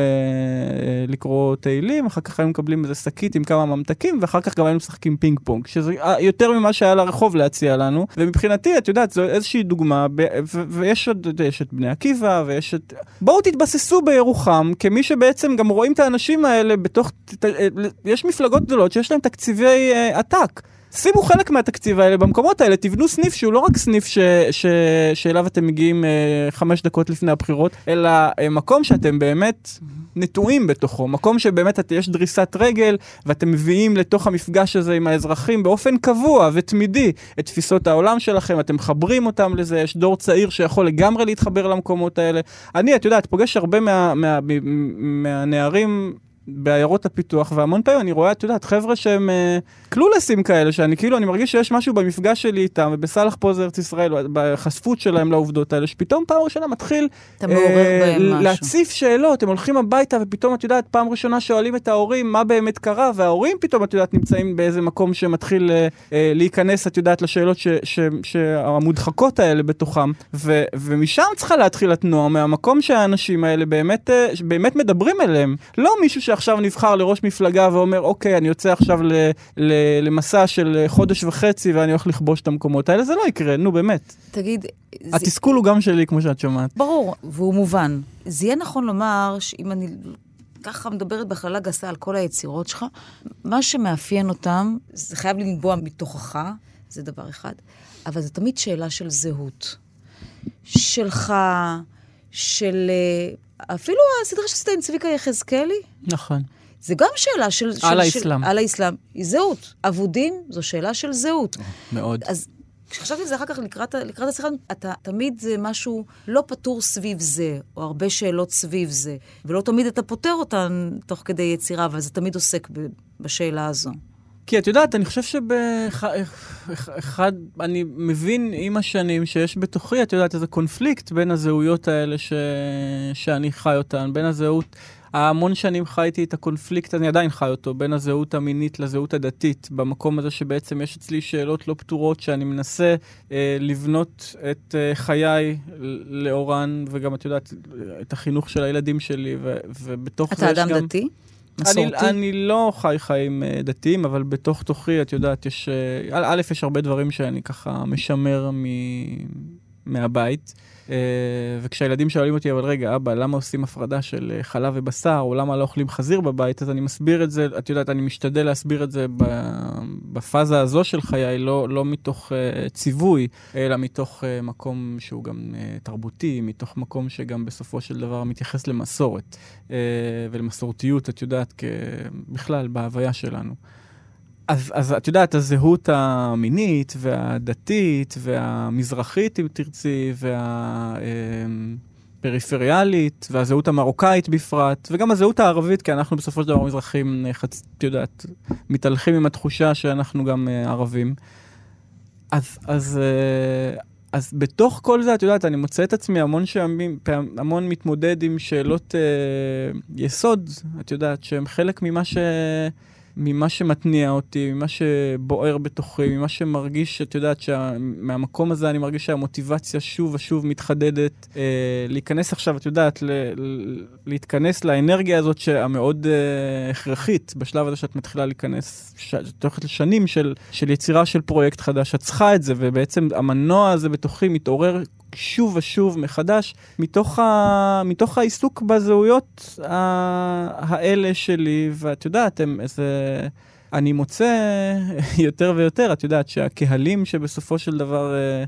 לקרוא תהילים, אחר כך היינו מקבלים איזה שקית עם כמה ממתקים, ואחר כך גם היינו משחקים פינג פונג, שזה יותר ממה שהיה לרחוב להציע לנו, ומבחינתי, את יודעת, זו איזושהי דוגמה, ויש עוד, יש את בני עקיבא, ויש את... בואו תתבססו בירוחם, כמי שבעצם גם רואים את האנשים האלה בתוך... יש מפלגות גדולות שיש להם תקציבי עתק. שימו חלק מהתקציב האלה במקומות האלה, תבנו סניף שהוא לא רק סניף ש, ש, שאליו אתם מגיעים אה, חמש דקות לפני הבחירות, אלא אה, מקום שאתם באמת נטועים בתוכו, מקום שבאמת יש דריסת רגל, ואתם מביאים לתוך המפגש הזה עם האזרחים באופן קבוע ותמידי את תפיסות העולם שלכם, אתם מחברים אותם לזה, יש דור צעיר שיכול לגמרי להתחבר למקומות האלה. אני, את יודעת, פוגש הרבה מה, מה, מה, מהנערים, בעיירות הפיתוח, והמון פעמים אני רואה, את יודעת, חבר'ה שהם קלולסים כאלה, שאני כאילו, אני מרגיש שיש משהו במפגש שלי איתם, ובסלח פה זה ארץ ישראל, בחשפות שלהם לעובדות האלה, שפתאום פעם ראשונה מתחיל להציף שאלות, הם הולכים הביתה, ופתאום את יודעת, פעם ראשונה שואלים את ההורים מה באמת קרה, וההורים פתאום את יודעת נמצאים באיזה מקום שמתחיל להיכנס, את יודעת, לשאלות שהמודחקות האלה בתוכם, ומשם צריכה להתחיל התנועה, מהמקום שהאנשים האלה באמת, באמת מדברים אליהם. לא מישהו שעכשיו נבחר לראש מפלגה ואומר, אוקיי, אני יוצא עכשיו ל, ל, למסע של חודש וחצי ואני הולך לכבוש את המקומות האלה. זה לא יקרה, נו באמת. תגיד... התסכול הוא גם שלי, כמו שאת שומעת. ברור, והוא מובן. זה יהיה נכון לומר שאם אני ככה מדברת בכללה גסה על כל היצירות שלך, מה שמאפיין אותם, זה חייב לנבוע מתוכך, זה דבר אחד, אבל זה תמיד שאלה של זהות. שלך, של... אפילו הסדרה שעשתה עם צביקה יחזקאלי. נכון. זה גם שאלה של... על של, האסלאם. של, על האסלאם. היא זהות. אבודים זו שאלה של זהות. מאוד. אז כשחשבתי על זה אחר כך לקראת, לקראת השיחה, אתה תמיד זה משהו לא פתור סביב זה, או הרבה שאלות סביב זה, ולא תמיד אתה פותר אותן תוך כדי יצירה, אבל זה תמיד עוסק ב, בשאלה הזו. כי את יודעת, אני חושב שבאחד, אני מבין עם השנים שיש בתוכי, את יודעת, איזה קונפליקט בין הזהויות האלה ש... שאני חי אותן, בין הזהות, המון שנים חייתי את הקונפליקט, אני עדיין חי אותו, בין הזהות המינית לזהות הדתית, במקום הזה שבעצם יש אצלי שאלות לא פתורות, שאני מנסה אה, לבנות את אה, חיי לאורן, וגם את יודעת, את החינוך של הילדים שלי, ו... ובתוך אתה אדם גם... דתי? אני, אני לא חי חיים דתיים, אבל בתוך תוכי, את יודעת, יש, א', יש הרבה דברים שאני ככה משמר מ, מהבית, וכשהילדים שואלים אותי, אבל רגע, אבא, למה עושים הפרדה של חלב ובשר, או למה לא אוכלים חזיר בבית, אז אני מסביר את זה, את יודעת, אני משתדל להסביר את זה בפאזה הזו של חיי, לא, לא מתוך ציווי, אלא מתוך מקום שהוא גם תרבותי, מתוך מקום שגם בסופו של דבר מתייחס למסורת, ולמסורתיות, את יודעת, בכלל, בהוויה שלנו. אז, אז את יודעת, הזהות המינית והדתית והמזרחית, אם תרצי, והפריפריאלית, והזהות המרוקאית בפרט, וגם הזהות הערבית, כי אנחנו בסופו של דבר מזרחים, חצ... את יודעת, מתהלכים עם התחושה שאנחנו גם ערבים. אז, אז, אז בתוך כל זה, את יודעת, אני מוצא את עצמי המון שעמים, המון מתמודד עם שאלות יסוד, את יודעת, שהם חלק ממה ש... ממה שמתניע אותי, ממה שבוער בתוכי, ממה שמרגיש, את יודעת, מהמקום הזה אני מרגיש שהמוטיבציה שוב ושוב מתחדדת, אה, להיכנס עכשיו, את יודעת, ל, ל, להתכנס לאנרגיה הזאת שהמאוד אה, הכרחית, בשלב הזה שאת מתחילה להיכנס, ש, תוך שנים של, של יצירה של פרויקט חדש, את צריכה את זה, ובעצם המנוע הזה בתוכי מתעורר שוב ושוב מחדש, מתוך, ה... מתוך העיסוק בזהויות האלה שלי, ואת יודעת, הם איזה... אני מוצא יותר ויותר, את יודעת, שהקהלים שבסופו של דבר, אה,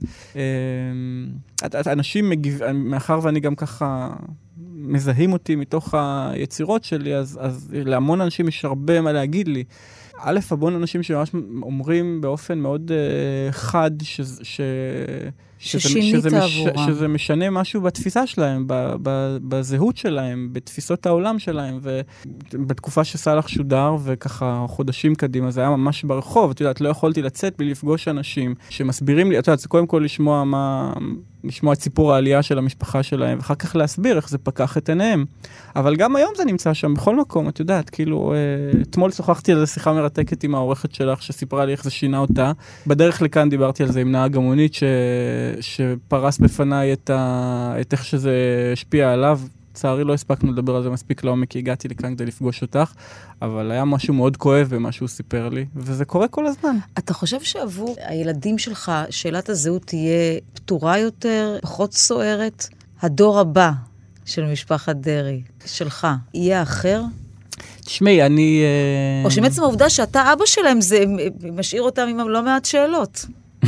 אה, אנשים מגיב... מאחר ואני גם ככה מזהים אותי מתוך היצירות שלי, אז, אז להמון אנשים יש הרבה מה להגיד לי. א', המון אנשים שממש אומרים באופן מאוד uh, חד, ש, ש, ששינית שזה, מש, עבורם. שזה משנה משהו בתפיסה שלהם, ב, ב, בזהות שלהם, בתפיסות העולם שלהם, ובתקופה שסלח שודר, וככה חודשים קדימה, זה היה ממש ברחוב, את יודעת, לא יכולתי לצאת בלי לפגוש אנשים שמסבירים לי, את יודעת, זה קודם כל לשמוע מה... לשמוע את סיפור העלייה של המשפחה שלהם, ואחר כך להסביר איך זה פקח את עיניהם. אבל גם היום זה נמצא שם, בכל מקום, את יודעת, כאילו, אתמול שוחחתי על זה שיחה מרתקת עם העורכת שלך, שסיפרה לי איך זה שינה אותה. בדרך לכאן דיברתי על זה עם נהג המונית, ש... שפרס בפניי את, ה... את איך שזה השפיע עליו. צערי לא הספקנו לדבר על זה מספיק לעומק, כי הגעתי לכאן כדי לפגוש אותך, אבל היה משהו מאוד כואב במה שהוא סיפר לי, וזה קורה כל הזמן. אתה חושב שעבור הילדים שלך, שאלת הזהות תהיה פתורה יותר, פחות סוערת? הדור הבא של משפחת דרעי, שלך, יהיה אחר? תשמעי, אני... או שמעצם העובדה שאתה אבא שלהם, זה משאיר אותם עם לא מעט שאלות.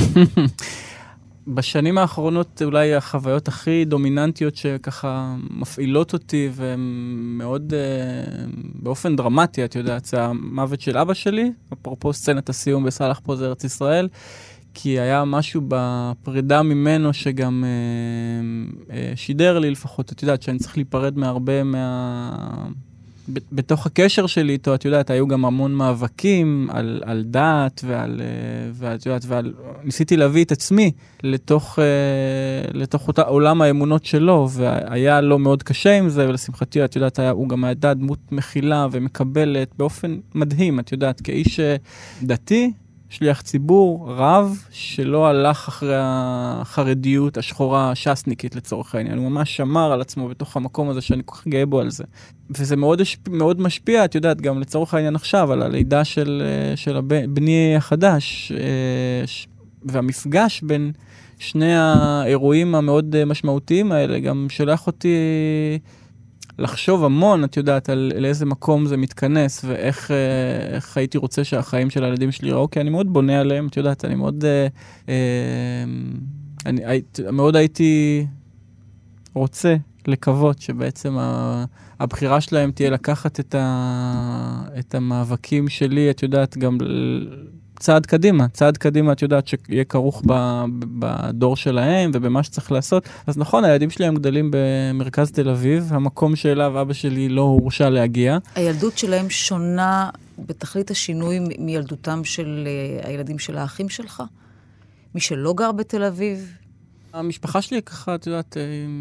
בשנים האחרונות אולי החוויות הכי דומיננטיות שככה מפעילות אותי ומאוד באופן דרמטי, את יודעת, זה המוות של אבא שלי, אפרופו סצנת הסיום בסלח פה זה ארץ ישראל, כי היה משהו בפרידה ממנו שגם שידר לי לפחות, את יודעת, שאני צריך להיפרד מהרבה מה... בתוך הקשר שלי איתו, את יודעת, היו גם המון מאבקים על, על דת ועל, ואת יודעת, ועל, ניסיתי להביא את עצמי לתוך, לתוך אותה עולם האמונות שלו, והיה לו מאוד קשה עם זה, ולשמחתי, את יודעת, היה, הוא גם היה דמות מכילה ומקבלת באופן מדהים, את יודעת, כאיש דתי, שליח ציבור, רב, שלא הלך אחרי החרדיות השחורה השסניקית לצורך העניין. הוא ממש שמר על עצמו בתוך המקום הזה שאני כל כך גאה בו על זה. וזה מאוד, מאוד משפיע, את יודעת, גם לצורך העניין עכשיו, על הלידה של, של בני החדש, והמפגש בין שני האירועים המאוד משמעותיים האלה, גם שולח אותי לחשוב המון, את יודעת, על לאיזה מקום זה מתכנס, ואיך איך הייתי רוצה שהחיים של הילדים שלי יראו, כי אני מאוד בונה עליהם, את יודעת, אני מאוד, אה, אה, אני מאוד הייתי רוצה לקוות שבעצם הבחירה שלהם תהיה לקחת את, ה, את המאבקים שלי, את יודעת, גם צעד קדימה, צעד קדימה, את יודעת, שיהיה כרוך ב, בדור שלהם ובמה שצריך לעשות. אז נכון, הילדים שלי הם גדלים במרכז תל אביב, המקום שאליו אבא שלי לא הורשה להגיע. הילדות שלהם שונה בתכלית השינוי מילדותם של הילדים של האחים שלך? מי שלא גר בתל אביב? המשפחה שלי ככה, את יודעת,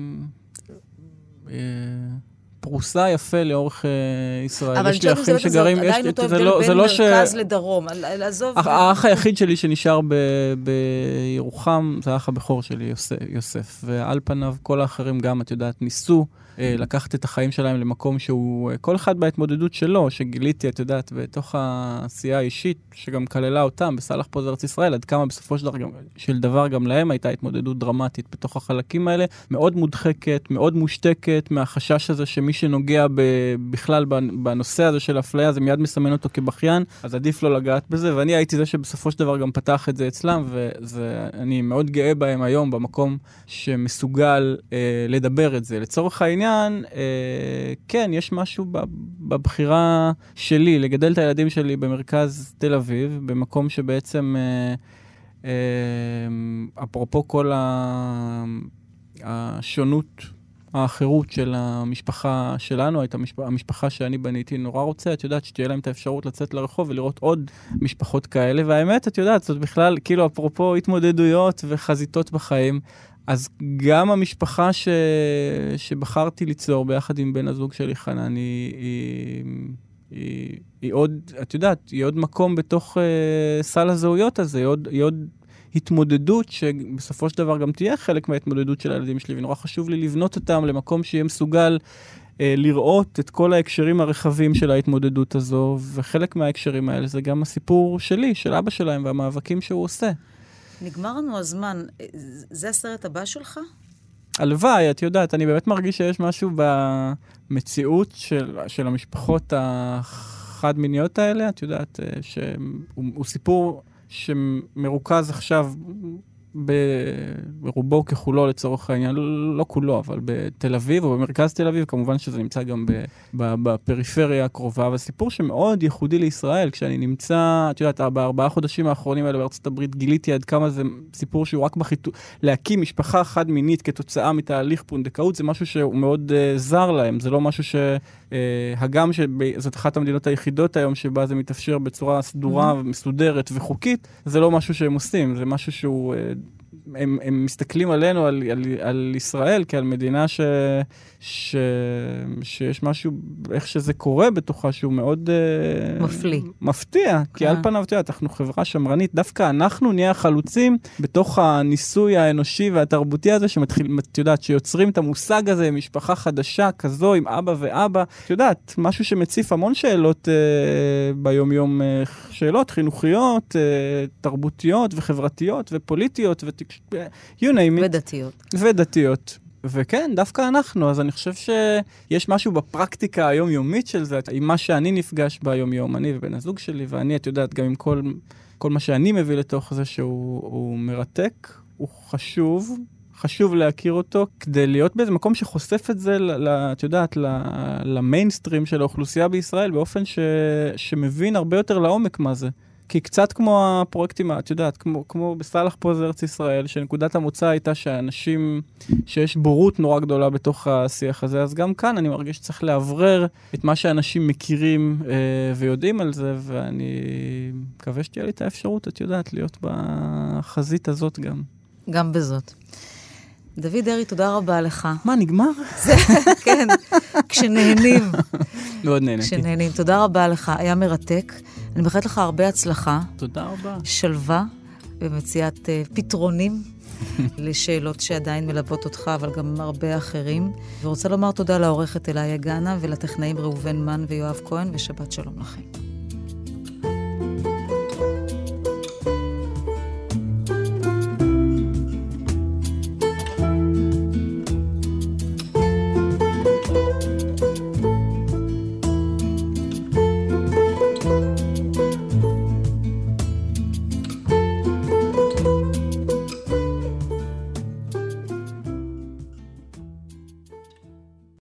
פרוסה יפה לאורך ישראל. אבל יש לי אחים שגרים, עדיין אותו הבדל בין מרכז לדרום. האח היחיד שלי שנשאר בירוחם, זה האח הבכור שלי, יוסף. ועל פניו, כל האחרים גם, את יודעת, ניסו לקחת את החיים שלהם למקום שהוא, כל אחד בהתמודדות שלו, שגיליתי, את יודעת, בתוך העשייה האישית, שגם כללה אותם, בסלח פה זה ארץ ישראל, עד כמה בסופו של דבר, של דבר גם להם הייתה התמודדות דרמטית בתוך החלקים האלה, מאוד מודחקת, מאוד מושתקת, מהחשש הזה שמי שנוגע בכלל בנושא הזה של אפליה, זה מיד מסמן אותו כבכיין, אז עדיף לא לגעת בזה, ואני הייתי זה שבסופו של דבר גם פתח את זה אצלם, ואני מאוד גאה בהם היום, במקום שמסוגל אה, לדבר את זה. לצורך העניין, אה, כן, יש משהו בבחירה שלי, לגדל את הילדים שלי במרכז תל אביב, במקום שבעצם, אה, אה, אפרופו כל השונות, האחרות של המשפחה שלנו, את המשפחה, המשפחה שאני בניתי נורא רוצה, את יודעת שתהיה להם את האפשרות לצאת לרחוב ולראות עוד משפחות כאלה, והאמת, את יודעת, זאת בכלל, כאילו, אפרופו התמודדויות וחזיתות בחיים, אז גם המשפחה ש... שבחרתי ליצור ביחד עם בן הזוג שלי, חנן, היא, היא, היא, היא עוד, את יודעת, היא עוד מקום בתוך uh, סל הזהויות הזה, היא עוד, היא עוד התמודדות שבסופו של דבר גם תהיה חלק מההתמודדות של הילדים שלי, ונורא חשוב לי לבנות אותם למקום שיהיה מסוגל אה, לראות את כל ההקשרים הרחבים של ההתמודדות הזו, וחלק מההקשרים האלה זה גם הסיפור שלי, של אבא שלהם, והמאבקים שהוא עושה. נגמר לנו הזמן. זה הסרט הבא שלך? הלוואי, את יודעת, אני באמת מרגיש שיש משהו במציאות של, של המשפחות החד-מיניות האלה, את יודעת, שהוא סיפור שמרוכז עכשיו ברובו ככולו לצורך העניין, לא כולו, אבל בתל אביב או במרכז תל אביב, כמובן שזה נמצא גם בפריפריה הקרובה, אבל סיפור שמאוד ייחודי לישראל, כשאני נמצא, את יודעת, בארבעה חודשים האחרונים האלה בארצות הברית, גיליתי עד כמה זה סיפור שהוא רק בחיתוך, להקים משפחה חד מינית כתוצאה מתהליך פונדקאות, זה משהו שהוא מאוד uh, זר להם, זה לא משהו ש... הגם שזאת אחת המדינות היחידות היום שבה זה מתאפשר בצורה סדורה ומסודרת וחוקית, זה לא משהו שהם עושים, זה משהו שהוא, הם, הם מסתכלים עלינו, על, על, על ישראל, כעל מדינה ש, ש, שיש משהו, איך שזה קורה בתוכה, שהוא מאוד מפליא. מפתיע, כי על פניו, תראה, אנחנו חברה שמרנית, דווקא אנחנו נהיה החלוצים בתוך הניסוי האנושי והתרבותי הזה, שמתחיל, את יודעת, שיוצרים את המושג הזה, משפחה חדשה כזו, עם אבא ואבא, את יודעת, משהו שמציף המון שאלות אה, ביום-יום, אה, שאלות חינוכיות, אה, תרבותיות וחברתיות ופוליטיות, ותק... you name it. ודתיות. ודתיות. וכן, דווקא אנחנו, אז אני חושב שיש משהו בפרקטיקה היומיומית של זה, עם מה שאני נפגש ביום-יום, אני ובן הזוג שלי, ואני, את יודעת, גם עם כל, כל מה שאני מביא לתוך זה שהוא מרתק, הוא חשוב, חשוב להכיר אותו, כדי להיות באיזה מקום שחושף את זה, ל, את יודעת, למיינסטרים של האוכלוסייה בישראל, באופן ש, שמבין הרבה יותר לעומק מה זה. כי קצת כמו הפרויקטים, את יודעת, כמו, כמו בסלח פה זה ארץ ישראל, שנקודת המוצא הייתה שאנשים, שיש בורות נורא גדולה בתוך השיח הזה, אז גם כאן אני מרגיש שצריך להברר את מה שאנשים מכירים אה, ויודעים על זה, ואני מקווה שתהיה לי את האפשרות, את יודעת, להיות בחזית הזאת גם. גם בזאת. דוד דרי, תודה רבה לך. מה, נגמר? כן, כשנהנים. מאוד נהניתי. כשנהנים. תודה רבה לך, היה מרתק. אני מאחלת לך הרבה הצלחה. תודה רבה. שלווה, במציאת uh, פתרונים לשאלות שעדיין מלוות אותך, אבל גם הרבה אחרים. ורוצה לומר תודה לעורכת אליה גנה ולטכנאים ראובן מן ויואב כהן, ושבת שלום לכם.